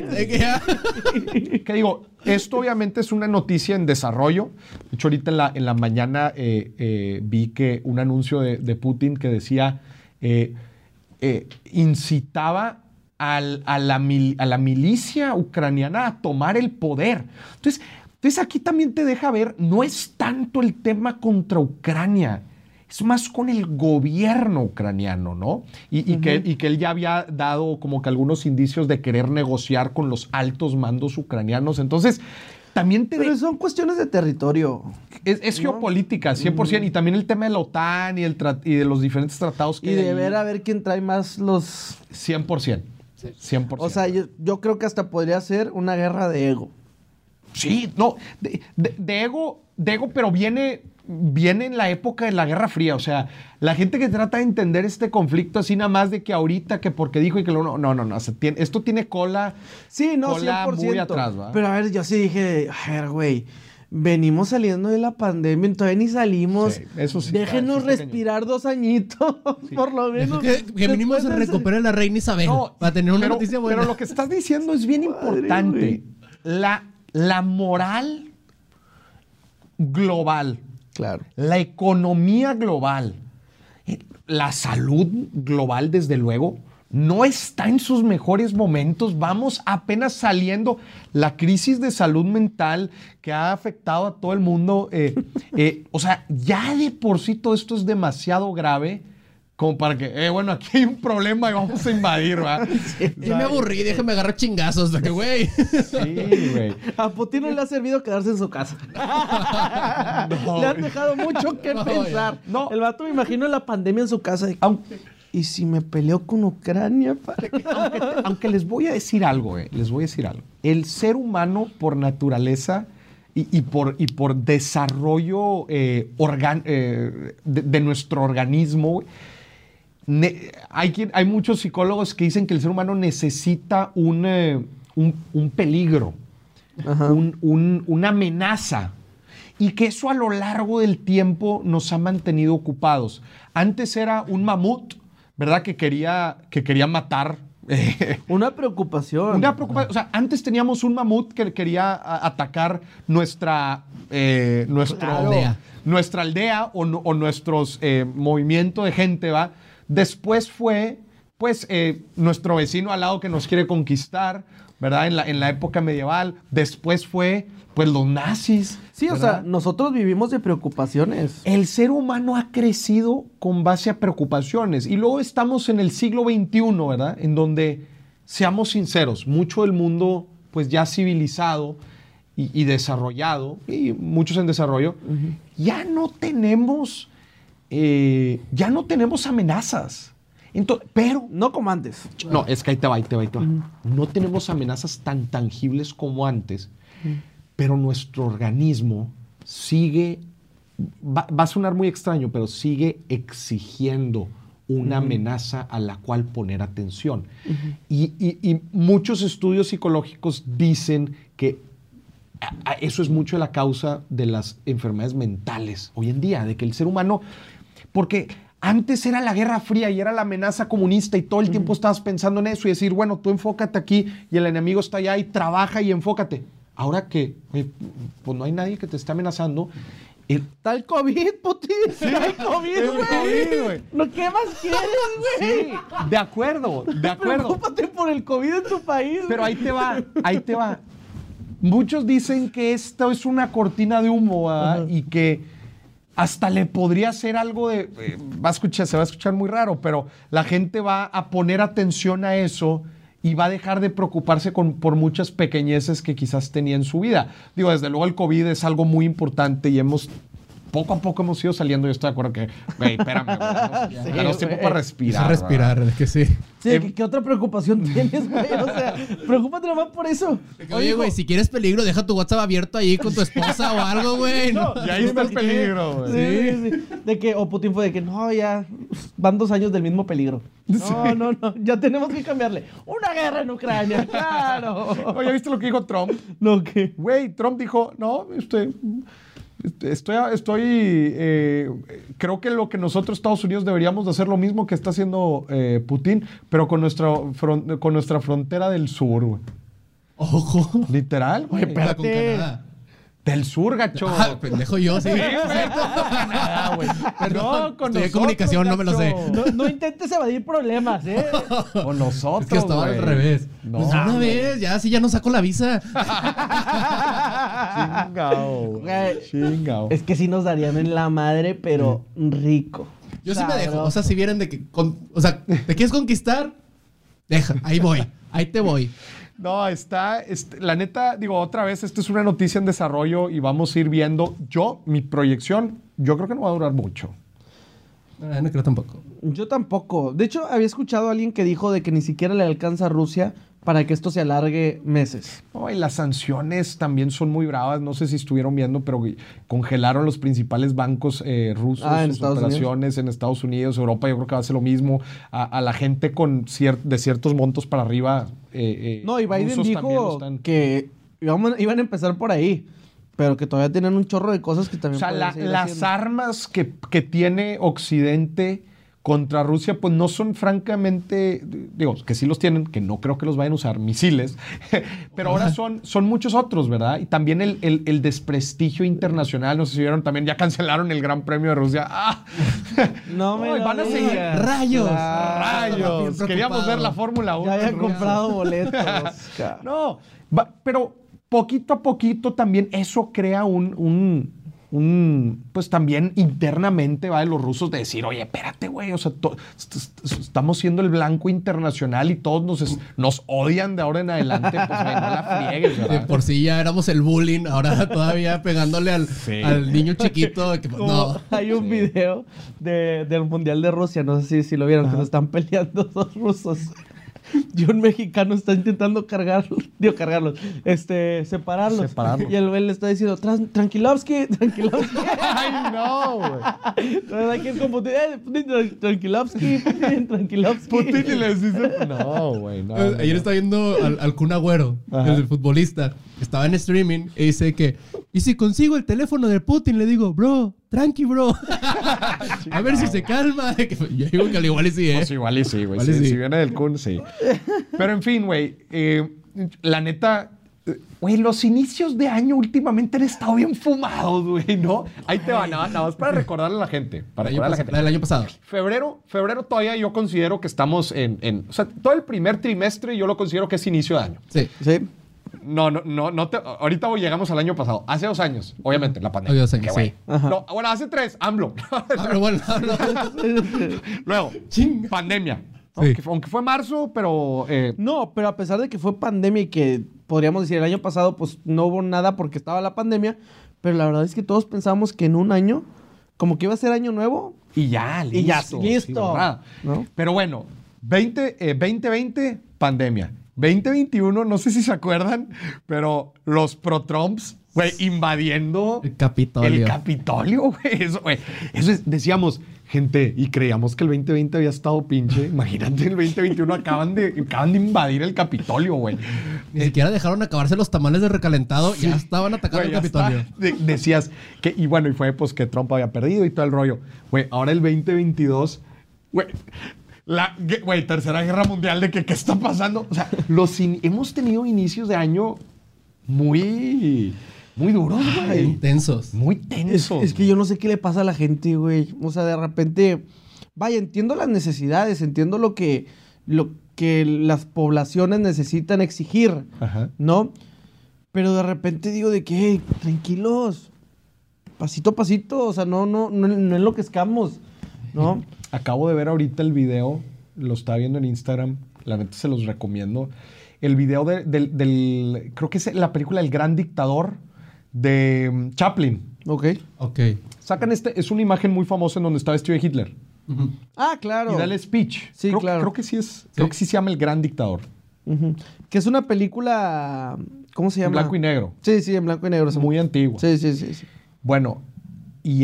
Fortnite. Que digo, esto obviamente es una noticia en desarrollo. De hecho, ahorita en la mañana vi que un anuncio de Putin que decía... incitaba a la milicia ucraniana a tomar el poder. Entonces aquí también te deja ver, no es tanto el tema contra Ucrania, es más con el gobierno ucraniano, ¿no? Y que él ya había dado como que algunos indicios de querer negociar con los altos mandos ucranianos. Entonces, también Pero son cuestiones de territorio. Es geopolítica, 100%. Y también el tema de la OTAN y de los diferentes tratados que y de ver a ver quién trae más los... 100%. 100%. O sea, yo creo que hasta podría ser una guerra de ego. Sí, no, de ego, pero viene en la época de la Guerra Fría. O sea, la gente que trata de entender este conflicto así nada más de que ahorita, que porque dijo y que lo... No. O sea, esto tiene cola, sí, no, cola 100%. muy atrás, ¿va? Pero a ver, yo sí dije, a ver, güey, venimos saliendo de la pandemia, todavía ni salimos. Sí, eso sí. Déjenos respirar 2 añitos, por lo menos. Que mínimo se recupere la reina Isabel para tener una noticia buena. Pero lo que estás diciendo es bien importante. La moral global. Claro. La economía global, la salud global, desde luego, no está en sus mejores momentos. Vamos apenas saliendo. La crisis de salud mental que ha afectado a todo el mundo. O sea, ya de por sí todo esto es demasiado grave como para que, bueno, aquí hay un problema y vamos a invadir, ¿verdad? Sí. Ya me aburrí, déjame agarrar chingazos. De que, güey. Sí, güey. A Putin no le ha servido quedarse en su casa. No, le han dejado mucho que pensar. No. El vato, me imagino, en la pandemia en su casa. ¿Y si me peleo con Ucrania? Aunque les voy a decir algo, El ser humano, por naturaleza y por desarrollo de nuestro organismo, hay muchos psicólogos que dicen que el ser humano necesita un peligro, una amenaza. y que eso a lo largo del tiempo nos ha mantenido ocupados. Antes era un mamut, ¿verdad? Que quería matar. Una preocupación. Una preocupación. O sea, antes teníamos un mamut que quería atacar nuestra aldea o nuestros movimiento de gente, ¿va? Después fue, pues, nuestro vecino al lado que nos quiere conquistar, ¿verdad? En la época medieval. Después fue, pues, los nazis. Sí, ¿verdad? o sea, nosotros vivimos de preocupaciones. El ser humano ha crecido con base a preocupaciones. Y luego estamos en el siglo XXI, ¿verdad? En donde, seamos sinceros, mucho del mundo, pues, ya civilizado y desarrollado, y muchos en desarrollo, ya no tenemos amenazas. Entonces, pero... No como antes. No, es que ahí te va. No tenemos amenazas tan tangibles como antes, pero nuestro organismo sigue, va a sonar muy extraño, pero sigue exigiendo una amenaza a la cual poner atención. Y muchos estudios psicológicos dicen que eso es mucho de la causa de las enfermedades mentales hoy en día, de que el ser humano, porque antes era la Guerra Fría y era la amenaza comunista y todo el tiempo estabas pensando en eso y decir, bueno, tú enfócate aquí y el enemigo está allá y trabaja y enfócate. Ahora que pues no hay nadie que te esté amenazando. Está el COVID, Putin. Está el COVID, güey. ¿No qué más quieres, güey? Sí, de acuerdo. Preocúpate por el COVID en tu país. Pero ahí te va. Muchos dicen que esto es una cortina de humo, ¿verdad? Y que hasta le podría hacer algo de... se va a escuchar muy raro, pero la gente va a poner atención a eso y va a dejar de preocuparse por muchas pequeñeces que quizás tenía en su vida. Digo, desde luego el COVID es algo muy importante y poco a poco hemos ido saliendo. Yo estoy de acuerdo que, güey, espérame, güey. Danos tiempo para respirar. Respirar, es que sí. Sí, ¿qué otra preocupación tienes, güey? O sea, preocúpate nomás por eso. Oye, güey, si quieres peligro, deja tu WhatsApp abierto ahí con tu esposa o algo, güey. No, y ahí está el peligro, güey. Sí. De que, o Putin fue de que, no, ya van 2 años del mismo peligro. No, ya tenemos que cambiarle. Una guerra en Ucrania, claro. Oye, ¿viste lo que dijo Trump? No, ¿qué? Güey, Trump dijo, no, creo que lo que nosotros, Estados Unidos, deberíamos de hacer lo mismo que está haciendo Putin, pero con nuestra frontera del sur, güey. Ojo. Literal, güey. Con Canadá. Del sur, gacho. Ah, pendejo yo, sí. Nada, güey. Perdón, con estoy de comunicación, no me lo sé. No intentes evadir problemas, ¿eh? Con nosotros, Es que estaba al revés. No, Pues una vez, ya no saco la visa. Chingao. Es que sí nos darían en la madre, pero rico. Yo sí me dejo. O sea, si vieran de que... ¿te quieres conquistar? Deja, ahí voy. Ahí te voy. No, la neta, digo, otra vez, esto es una noticia en desarrollo y vamos a ir viendo. Mi proyección, yo creo que no va a durar mucho. No creo tampoco. Yo tampoco. De hecho, había escuchado a alguien que dijo de que ni siquiera le alcanza a Rusia para que esto se alargue meses. No, y las sanciones también son muy bravas. No sé si estuvieron viendo, pero congelaron los principales bancos rusos, en sus operaciones en Estados Unidos, Europa. Yo creo que va a ser lo mismo. A la gente de ciertos montos para arriba. No, y Biden dijo que iban a empezar por ahí, pero que todavía tienen un chorro de cosas que también... O sea, las armas que tiene Occidente contra Rusia, pues no son francamente, digo, que sí los tienen, que no creo que los vayan a usar, misiles, pero ahora son muchos otros, ¿verdad? Y también el desprestigio internacional, no sé si vieron, también ya cancelaron el Gran Premio de Rusia. ¡Ah! No me van a seguir. ¡Rayos! ¡Rayos! Queríamos ver la Fórmula 1. Ya habían comprado boletos. No, pero poquito a poquito también eso crea pues también internamente va de los rusos de decir, oye, espérate, güey, o sea, estamos siendo el blanco internacional y todos nos odian de ahora en adelante, pues güey, no la friegues, ¿verdad? De por sí ya éramos el bullying, ahora todavía pegándole al niño chiquito. Que, no. Hay un video del Mundial de Rusia, no sé si lo vieron, que se están peleando 2 rusos. Y un mexicano está intentando separarlos. Separarlos. Y el güey le está diciendo, Tranquilovsky. Ay, no, güey. Aquí es como, Tranquilovsky. Putin y les dice, no, güey, no. Ayer estaba viendo al Kun Agüero, el futbolista. Estaba en streaming y dice que, y si consigo el teléfono de Putin, le digo, bro, tranqui, bro. A ver si se calma. Yo digo que al igual y sí, ¿eh? Pues igual y sí, güey. Igual y sí. Si viene del Kun, sí. Pero en fin, güey. La neta, güey, los inicios de año últimamente han estado bien fumados, güey, ¿no? Ahí te va, nada más para recordarle a la gente. Para recordarle a la gente. La del año pasado. Febrero todavía yo considero que estamos o sea, todo el primer trimestre yo lo considero que es inicio de año. Sí. Sí. No, ahorita llegamos al año pasado. Hace 2 años, obviamente, la pandemia. Hace 2 años, Que, güey, sí. Ajá. no, bueno, hace 3, AMLO. Ah, pero bueno, no. Luego, Chinga. pandemia. Sí. Aunque fue marzo, pero... No, pero a pesar de que fue pandemia y que podríamos decir el año pasado, pues no hubo nada porque estaba la pandemia, pero la verdad es que todos pensábamos que en un año, como que iba a ser año nuevo. Y ya, listo. Y ya, sí, listo. borrado. ¿No? Pero bueno, 2020, pandemia. 2021, no sé si se acuerdan, pero los pro-Trumps, güey, invadiendo El Capitolio. el Capitolio, güey. Eso es, decíamos, gente, y creíamos que el 2020 había estado pinche. Imagínate, el 2021 acaban de invadir el Capitolio, güey. Ni siquiera dejaron acabarse los tamales de recalentado. Ya estaban atacando Güey, el ya Capitolio. está. Decías que, y bueno, y fue pues que Trump había perdido y todo el rollo. Güey, ahora el 2022, güey, tercera guerra mundial de que qué está pasando. O sea, hemos tenido inicios de año muy duros, güey. Intensos. Muy tensos. Es que yo no sé qué le pasa a la gente, güey. O sea, de repente, vaya, entiendo las necesidades, entiendo lo que las poblaciones necesitan exigir, Ajá. ¿no? Pero de repente digo de que, hey, tranquilos, pasito a pasito, o sea, no enloquezcamos, ¿no? Acabo de ver ahorita el video, lo estaba viendo en Instagram, la neta se los recomiendo. El video del creo que es la película El Gran Dictador de Chaplin. Ok. Ok. Sacan es una imagen muy famosa en donde está vestido de Hitler. Ujú. Ah, claro. Y da el speech. Sí, creo, claro. Creo que sí creo que sí se llama El Gran Dictador. Ujú. Que es una película, ¿cómo se En llama? blanco y negro. Sí, sí, en blanco y negro. Muy antigua. Sí. Bueno, y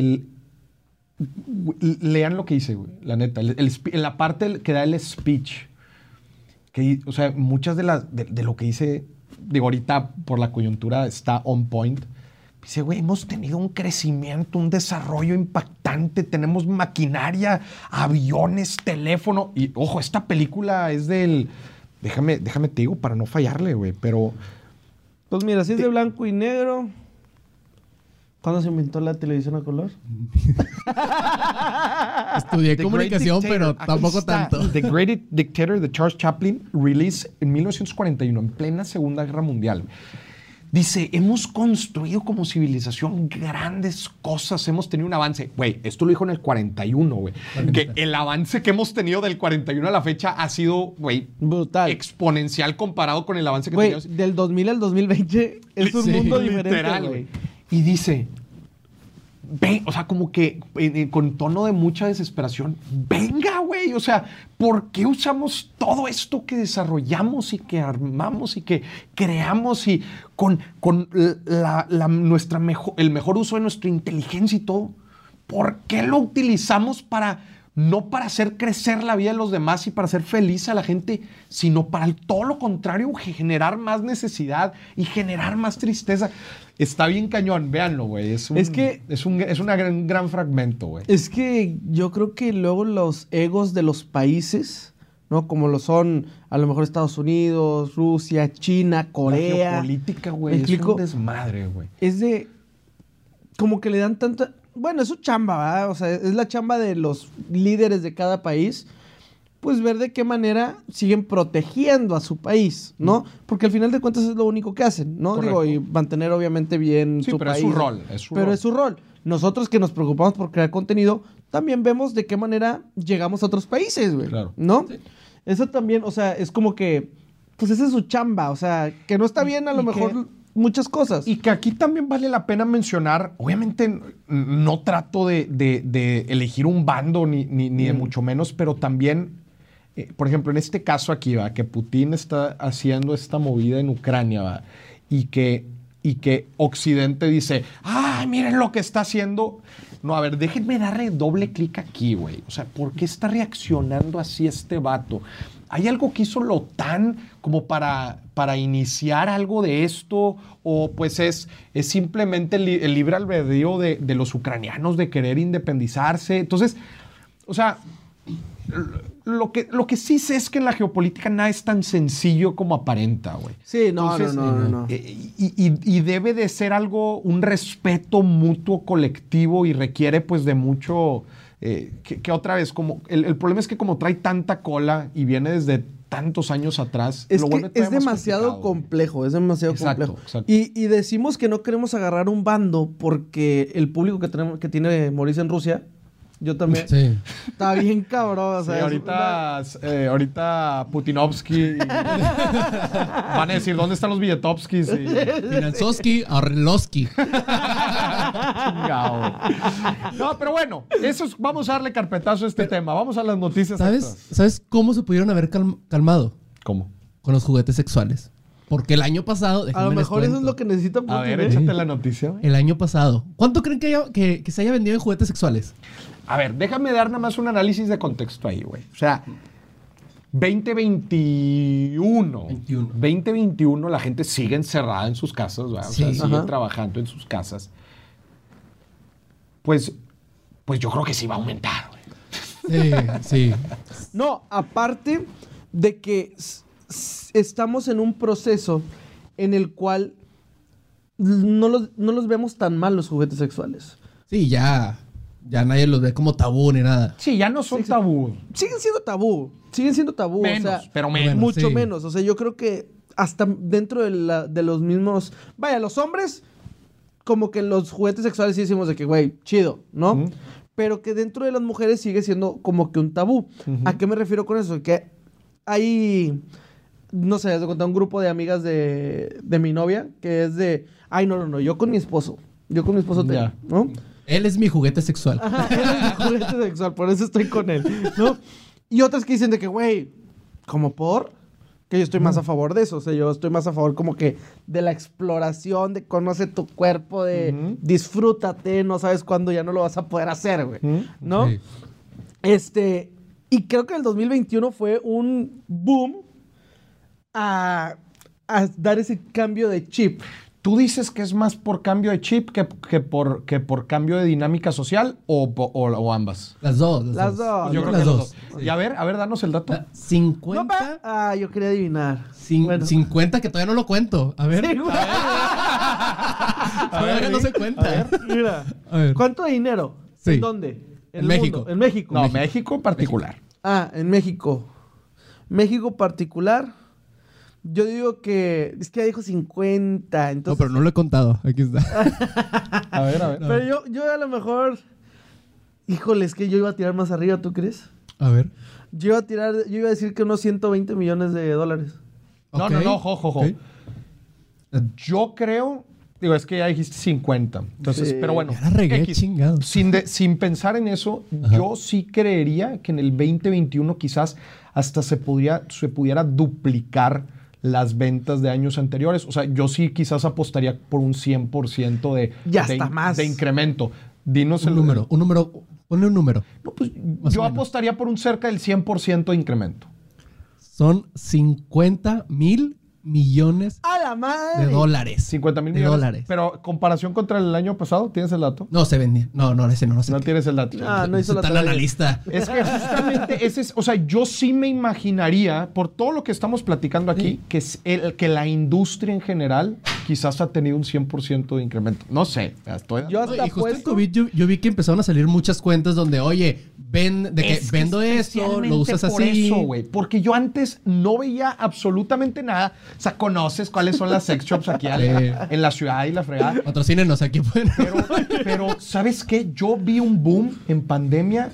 lean lo que dice, güey, la neta. En la parte que da el speech, que, o sea, muchas de lo que dice, digo, ahorita por la coyuntura está on point. Dice, güey, hemos tenido un crecimiento, un desarrollo impactante, tenemos maquinaria, aviones, teléfono. Y, ojo, esta película es del... Déjame te digo para no fallarle, güey, pero... Pues mira, si es de blanco y negro. ¿Cuándo se inventó la televisión a color? Estudié comunicación, pero Aquí tampoco está. tanto. The Great Dictator de Charles Chaplin, release en 1941, en plena Segunda Guerra Mundial. Dice, hemos construido como civilización grandes cosas, hemos tenido un avance. Güey, esto lo dijo en el 41, güey. Que el avance que hemos tenido del 41 a la fecha ha sido, güey, Brutal. exponencial comparado con el avance que Güey, teníamos. del 2000 al 2020 es un Sí, mundo diferente, Literal, güey. Y dice, ven, o sea, como que con tono de mucha desesperación, venga, güey, o sea, ¿por qué usamos todo esto que desarrollamos y que armamos y que creamos y con el mejor uso de nuestra inteligencia y todo? ¿Por qué lo utilizamos no para hacer crecer la vida de los demás y para hacer feliz a la gente, sino para todo lo contrario, generar más necesidad y generar más tristeza? Está bien cañón, véanlo, güey. Es un gran fragmento, güey. Es que yo creo que luego los egos de los países, ¿no? Como lo son a lo mejor Estados Unidos, Rusia, China, Corea. La geopolítica, güey, ¿Me es explico? un desmadre, güey. Es de... Como que le dan tanta... Bueno, es su chamba, ¿verdad? O sea, es la chamba de los líderes de cada país, pues ver de qué manera siguen protegiendo a su país, ¿no? Porque al final de cuentas es lo único que hacen, ¿no? Correcto. Digo, y mantener obviamente bien Sí, su pero país. es su rol. Pero es su rol. Nosotros que nos preocupamos por crear contenido, también vemos de qué manera llegamos a otros países, güey. Claro. ¿No? Eso también, o sea, es como que, pues esa es su chamba, o sea, que no está bien a lo y mejor que- muchas cosas. Y que aquí también vale la pena mencionar, obviamente no trato de elegir un bando ni de mucho menos, pero también por ejemplo, en este caso aquí, va, que Putin está haciendo esta movida en Ucrania, va, y que Occidente dice, ¡ay, miren lo que está haciendo! No, a ver, déjenme darle doble clic aquí, güey. O sea, ¿por qué está reaccionando así este vato? ¿Hay algo que hizo la OTAN como para iniciar algo de esto? ¿O pues es simplemente el libre albedrío de los ucranianos de querer independizarse? Entonces, o sea, lo que sí sé es que en la geopolítica nada es tan sencillo como aparenta, güey. Sí, no. Y debe de ser algo, un respeto mutuo colectivo y requiere pues de mucho... que otra vez, como el problema es que como trae tanta cola y viene desde tantos años atrás, es lo que vuelve todavía es más demasiado complejo, es demasiado Exacto, complejo. exacto. Y decimos que no queremos agarrar un bando porque el público que tiene Mauricio en Rusia, yo también, Sí. está bien cabrón. O sea, Sí, ahorita Putinovsky van a decir, ¿dónde están los Billetovskis? Y... Finanzowski, Arlowski. Chingao. No, pero bueno, vamos a darle carpetazo a este tema. Vamos a las noticias. ¿Sabes cómo se pudieron haber calmado? ¿Cómo? Con los juguetes sexuales. Porque el año pasado... a lo déjenme les mejor eso es cuento. lo que necesita Putin. A ver, ¿eh? échate la noticia, güey. El año pasado. ¿Cuánto creen que se haya vendido en juguetes sexuales? A ver, déjame dar nada más un análisis de contexto ahí, güey. O sea, 2021, la gente sigue encerrada en sus casas, ¿verdad? O sea, Sí. sigue Ajá. trabajando en sus casas. Pues yo creo que sí va a aumentar, güey. Sí. No, aparte de que estamos en un proceso en el cual no los vemos tan mal los juguetes sexuales. Sí, ya nadie los ve como tabú ni nada. Sí, ya no son tabú. Siguen siendo tabú. Menos, o sea, pero menos. mucho sí. menos. O sea, yo creo que hasta dentro de los mismos... Vaya, los hombres, como que los juguetes sexuales sí decimos de que, güey, chido, ¿no? Ujú. Pero que dentro de las mujeres sigue siendo como que un tabú. Ujú. ¿A qué me refiero con eso? Que hay... No sé, de contar un grupo de amigas de mi novia que es de... Ay, no, yo con mi esposo. Ya. ¿no? Él es mi juguete sexual. Ajá, él es mi juguete sexual, por eso estoy con él, ¿no? Y otras que dicen de que, güey, ¿como por? Que yo estoy más a favor de eso. O sea, yo estoy más a favor como que de la exploración, de conoce tu cuerpo, de Ujú. disfrútate, no sabes cuándo ya no lo vas a poder hacer, güey. Ujú. ¿No? Sí. Y creo que el 2021 fue un boom a dar ese cambio de chip. ¿Tú dices que es más por cambio de chip que por cambio de dinámica social o ambas? Las dos. Las dos. Yo creo las que dos. las dos. Sí. Y a ver, danos el dato. 50. Yo quería adivinar. 50 que todavía no lo cuento. A ver. Sí, güey. Todavía no se cuenta. Mira. A ver. ¿Cuánto dinero? Sí. ¿En dónde? En el México. mundo. En México. No, México en particular. En México. México particular. Yo digo que... Es que ya dijo 50. Entonces, No, pero no lo he contado. Aquí está. A ver. No. Pero yo a lo mejor... Híjole, es que yo iba a tirar más arriba, ¿tú crees? A ver. Yo iba a decir que unos 120 millones de dólares. No, Ok. ojo. Ok. Yo creo... Digo, es que ya dijiste 50. Entonces, Sí. pero bueno. Ya la regué, chingado. Sin pensar en eso, yo sí creería que en el 2021 quizás hasta se pudiera duplicar las ventas de años anteriores. O sea, yo sí quizás apostaría por un 100% Ya está más. de incremento. Dinos Un número. Ponle un número. No, pues Más yo o menos. apostaría por un cerca del 100% de incremento. Son 50,000 millones ¡A la madre! de dólares. 50 mil de millones. dólares. Pero comparación contra el año pasado, ¿tienes el dato? No, se vendía. No, ese no sé. No tienes el dato. No hizo la Está el tarea. analista. Es que justamente ese es, o sea, yo sí me imaginaría, por todo lo que estamos platicando aquí, que la industria en general quizás ha tenido un 100% de incremento. No sé, estoy... Yo No, hasta y justo en puesto... COVID yo vi que empezaron a salir muchas cuentas donde, oye, vendo esto, lo usas por así. eso, güey. Porque yo antes no veía absolutamente nada. O sea, conoces cuáles son las sex shops aquí en la ciudad y la fregada. Patrocínenos aquí. Pueden. Pero, ¿sabes qué? Yo vi un boom en pandemia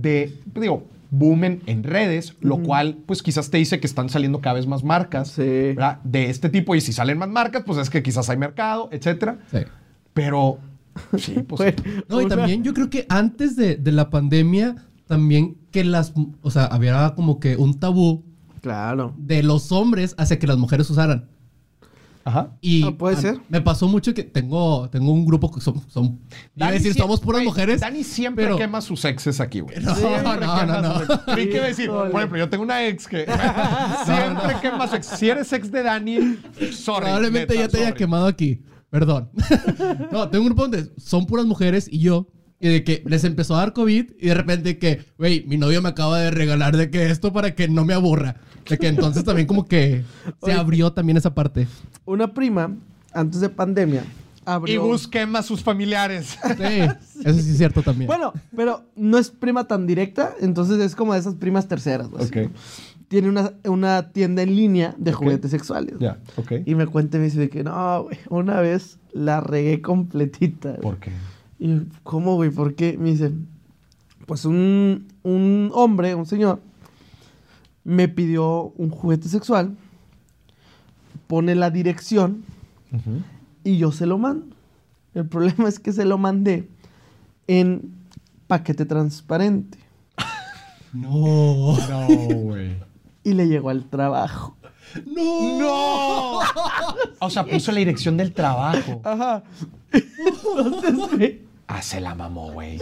boom en redes, lo cual, pues quizás te dice que están saliendo cada vez más marcas, Sí. ¿verdad? De este tipo. Y si salen más marcas, pues es que quizás hay mercado, etcétera. Sí. Pero, sí, pues... Güey, No, y una- también yo creo que antes de la pandemia también que o sea, había como que un tabú Claro. de los hombres hacia que las mujeres usaran. Ajá. Y puede ser. me pasó mucho que tengo un grupo que son iba a decir, somos puras güey, mujeres. Dani siempre pero- quema sus exes aquí, güey. No, no. Hay que decir, por ejemplo, yo tengo una ex que siempre quema su ex. Si eres ex de Dani, sorry. Probablemente neta, ya te haya sorry. quemado aquí. Perdón. No, tengo un grupo donde son puras mujeres y yo. Y de que les empezó a dar COVID y de repente que, güey, mi novio me acaba de regalar de que esto para que no me aburra. De que entonces también como que se abrió también esa parte. Una prima, antes de pandemia, abrió... Y Gus quema a sus familiares. Sí, eso sí es cierto también. Bueno, pero no es prima tan directa, entonces es como de esas primas terceras. ¿no? Así Ok. como- Tiene una tienda en línea de juguetes sexuales. Ya, ok. Y me cuenta y me dice de que no, güey, una vez la regué completita. güey". ¿Por qué? Y yo, ¿cómo, güey? ¿Por qué? Me dice, pues un hombre, un señor, me pidió un juguete sexual, pone la dirección y yo se lo mando. El problema es que se lo mandé en paquete transparente No. No, güey. y le llegó al trabajo. No. ¡No! O sea, puso la dirección del trabajo. Ajá. Entonces, güey, Ah, se la mamó, güey.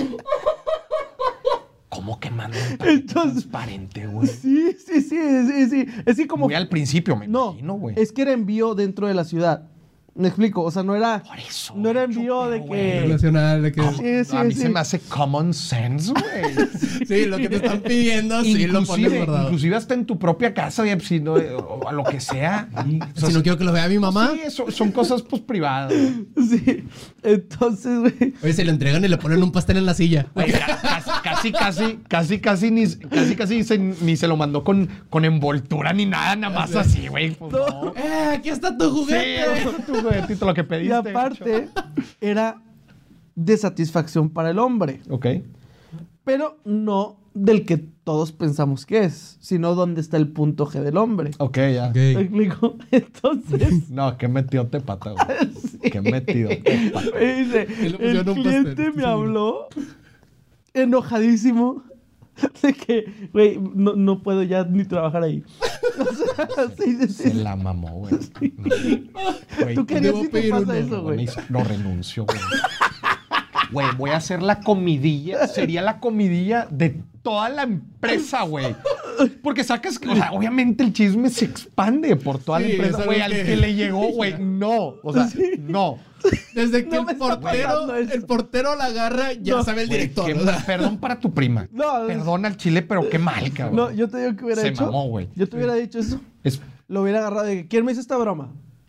¿Cómo que manda un paquete Entonces- transparente, güey? sí. Es que como... Muy al principio, me No, imagino, güey. es que era envío dentro de la ciudad. Me explico, o sea, no era... Por eso. No era macho, envío de pero, que... güey. Nacional, de que... Sí, A mí sí. se me hace common sense, güey. Sí, lo que te están pidiendo, sí lo pones guardado. Inclusive hasta en tu propia casa, si no, o a lo que sea. O sea, Si no quiero que lo vea mi mamá, Sí, eso, son cosas pues privadas. Sí. Entonces, güey... oye, se lo entregan y le ponen un pastel en la silla. Güey, casi ni se lo mandó con envoltura ni nada, nada más así, güey. Pues no. Aquí está tu Sí, juguete. tu juguetito, lo que pediste. Y aparte, era de satisfacción para el hombre. Ok. Pero no del que todos pensamos que es, sino donde está el punto G del hombre. Ok, ya. Ok. ¿Me explico? Entonces... No, qué metido te pata, güey. Qué metido te pata. Me dice, Y le el pusieron un cliente pastel, me sí. habló enojadísimo de que, güey, no puedo ya ni trabajar ahí. O sea, sí. Se la mamó, güey. Güey, ¿Tú qué harías debo si te pedir pasa uno, eso, güey? No renuncio, güey. Güey, voy a hacer la comidilla. Sería la comidilla de toda la empresa, güey. Porque sacas, o sea, obviamente el chisme se expande por toda la Sí, empresa, es güey. algo Al que- que le llegó, güey, no. O sea, no. Desde que No me está pasando eso. el portero la agarra, ya No. sabe el Güey, director. qué o sea. mal. Perdón para tu prima. No, Perdón al chile, pero qué mal, cabrón. No, yo te digo que hubiera Se hecho. mamó, güey. Yo te hubiera dicho eso. Es- Lo hubiera agarrado de que, ¿quién me hizo esta broma?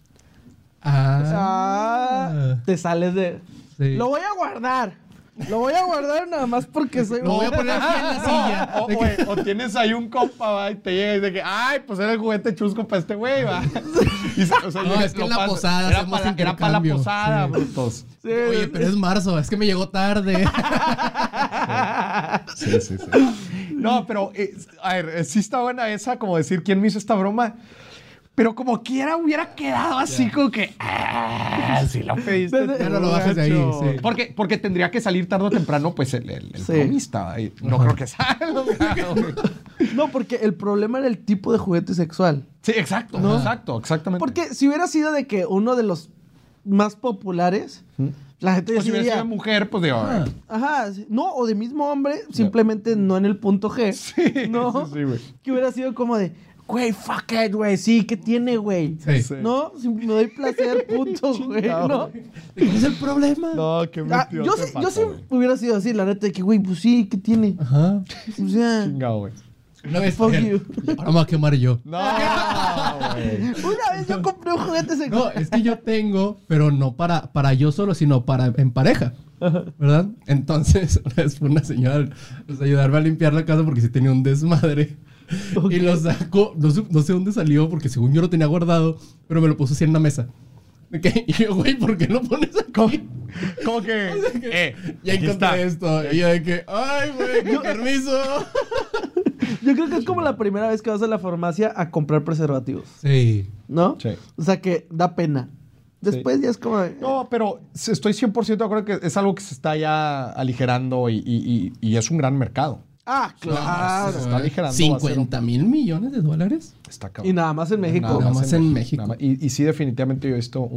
Te sales de... Sí. Lo voy a guardar. Lo voy a guardar nada más porque soy... Lo voy a poner aquí en la silla. O, güey, o tienes ahí un compa, va, y te llega y dice que, ay, pues era el juguete chusco para este güey, va. Y o sea, No, llega, es que lo en la pasa. posada era hacemos para la intercambio, posada, sí. brutos. Sí, Oye, pero es marzo, es que me llegó tarde. Sí. No, pero, a ver, sí está buena esa, como decir, ¿quién me hizo esta broma? Pero como quiera hubiera quedado así como que, sí lo pediste. Pero no lo bajes de ahí, gacho. sí. Porque tendría que salir tarde o temprano, pues, el Sí. bromista. Y no creo que salga. güey. No, porque el problema era el tipo de juguete sexual. Sí, exacto, ¿No? exacto, exactamente. Porque si hubiera sido de que uno de los más populares, la gente Pues si hubiera decidiría... sido mujer, pues digo, Ajá, sí. No, o de mismo hombre, simplemente no en el punto G. Sí, ¿no? sí, güey. Que hubiera sido como de, güey, fuck it, güey, sí, ¿qué tiene, güey? Sí. Sí. No, si me doy placer, punto, güey, Chingado, ¿no? güey. ¿Cuál es el problema? No, qué Ah, metido. yo sí hubiera sido así, la neta, de que, güey, pues sí, ¿qué tiene? Ajá. O sea, Chingado, güey. Una vez. Fuck you. Ahora me voy a quemar yo. No, güey. una vez yo compré un juguete No, sexual. es que yo tengo, pero no para yo solo, sino para en pareja. ¿Verdad? Entonces, una vez fue una señora pues, a ayudarme a limpiar la casa porque sí tenía un desmadre. Ok. Y lo sacó, no sé dónde salió porque según yo lo tenía guardado, pero me lo puso así en la mesa. ¿Ok? Y yo, güey, ¿por qué lo pones aquí? Como que, Ya aquí encontré está. esto. Y yo de que, ay, güey, con permiso. Yo creo que es como la primera vez que vas a la farmacia a comprar preservativos, Sí. ¿no? Sí. O sea, que da pena. Después ya es como... No, pero estoy 100% de acuerdo que es algo que se está ya aligerando y es un gran mercado. Ah, claro. Se está aligerando. 50 mil millones de dólares. Está cabrón. Y nada más en México. Nada más en México. Nada más. Y sí, definitivamente yo he visto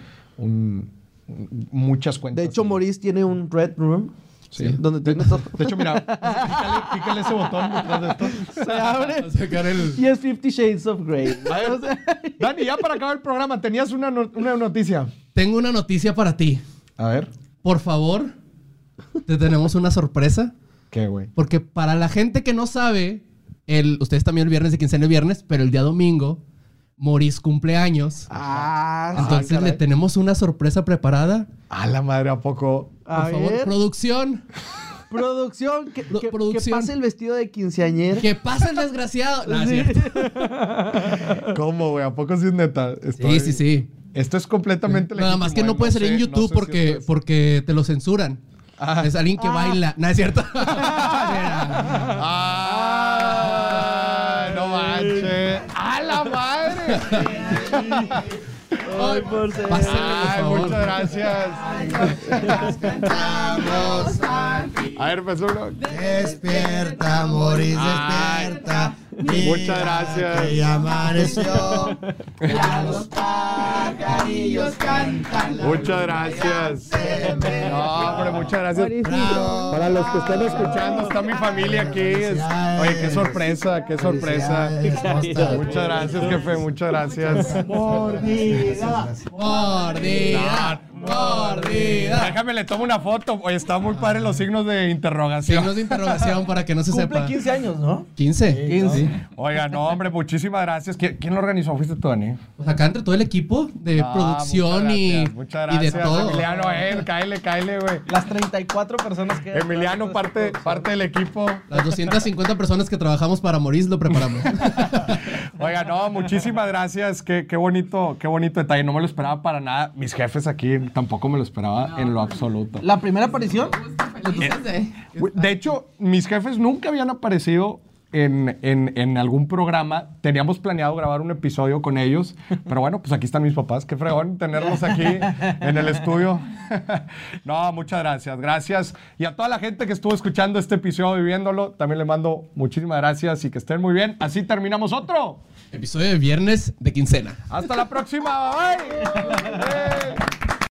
muchas cuentas. De hecho, Maurice tiene un Red Room. Sí. Donde tiene todo. De hecho, mira, pícale ese botón detrás de esto. Se abre. A sacar el... Y es 50 Shades of Grey. O sea, Dani, ya para acabar el programa, tenías una noticia. Tengo una noticia para ti. A ver. Por favor, te tenemos una sorpresa. ¿Qué, güey? Porque para la gente que no sabe, ustedes también el viernes de quincena y viernes, pero el día domingo, Maurice cumple años. Entonces caray. le tenemos una sorpresa preparada. A la madre, ¿a poco? A Por favor, ver. producción. Producción. Que Producción. pase el vestido de quinceañera. Que pasa el desgraciado. No, es cierto. ¿Cómo, güey? ¿A poco sí es neta? Sí. Esto es completamente Nada legítimo, más que no ¿eh? puede ser sé- en no YouTube sé si porque, esto es- porque te lo censuran. Ah. Es alguien que baila. No, es cierto. ¡Ah! ¡No manches! ¡A la madre! Ay, por ser. Pásenle, por Ay, favor. muchas gracias. A ver, pues uno. Despierta, Maurice, despierta. Muchas gracias. Que ya amaneció. Ya los pajarillos cantan. Muchas gracias. No, hombre, muchas gracias. Bravo. Para los que están escuchando, está mi familia aquí. Oye, qué sorpresa, qué sorpresa. Muchas gracias, jefe, muchas gracias. Mordida. Mordida. Déjame, le tomo una foto. Oye, está muy padre los signos de interrogación. Signos de interrogación para que no se Cumple sepa. 15 años, ¿no? 15. 15. Sí. Oiga, no, hombre, muchísimas gracias. ¿Quién lo organizó? ¿Fuiste tú, Dani? Pues acá entre todo el equipo de producción muchas y de gracias, todo. Emiliano, cáele, güey. Las 34 personas que... Emiliano, parte del equipo. Las 250 personas que trabajamos para Maurice lo preparamos. Oiga, no, muchísimas gracias. Qué bonito detalle. No me lo esperaba para nada. Mis jefes aquí tampoco me lo esperaba en lo absoluto. La primera aparición. De hecho, mis jefes nunca habían aparecido en algún programa. Teníamos planeado grabar un episodio con ellos, pero bueno, pues aquí están mis papás. Qué fregón tenerlos aquí en el estudio. No, muchas gracias. Gracias. Y a toda la gente que estuvo escuchando este episodio y viéndolo, también le mando muchísimas gracias y que estén muy bien. Así terminamos otro. Episodio de viernes de quincena. Hasta la próxima. Bye.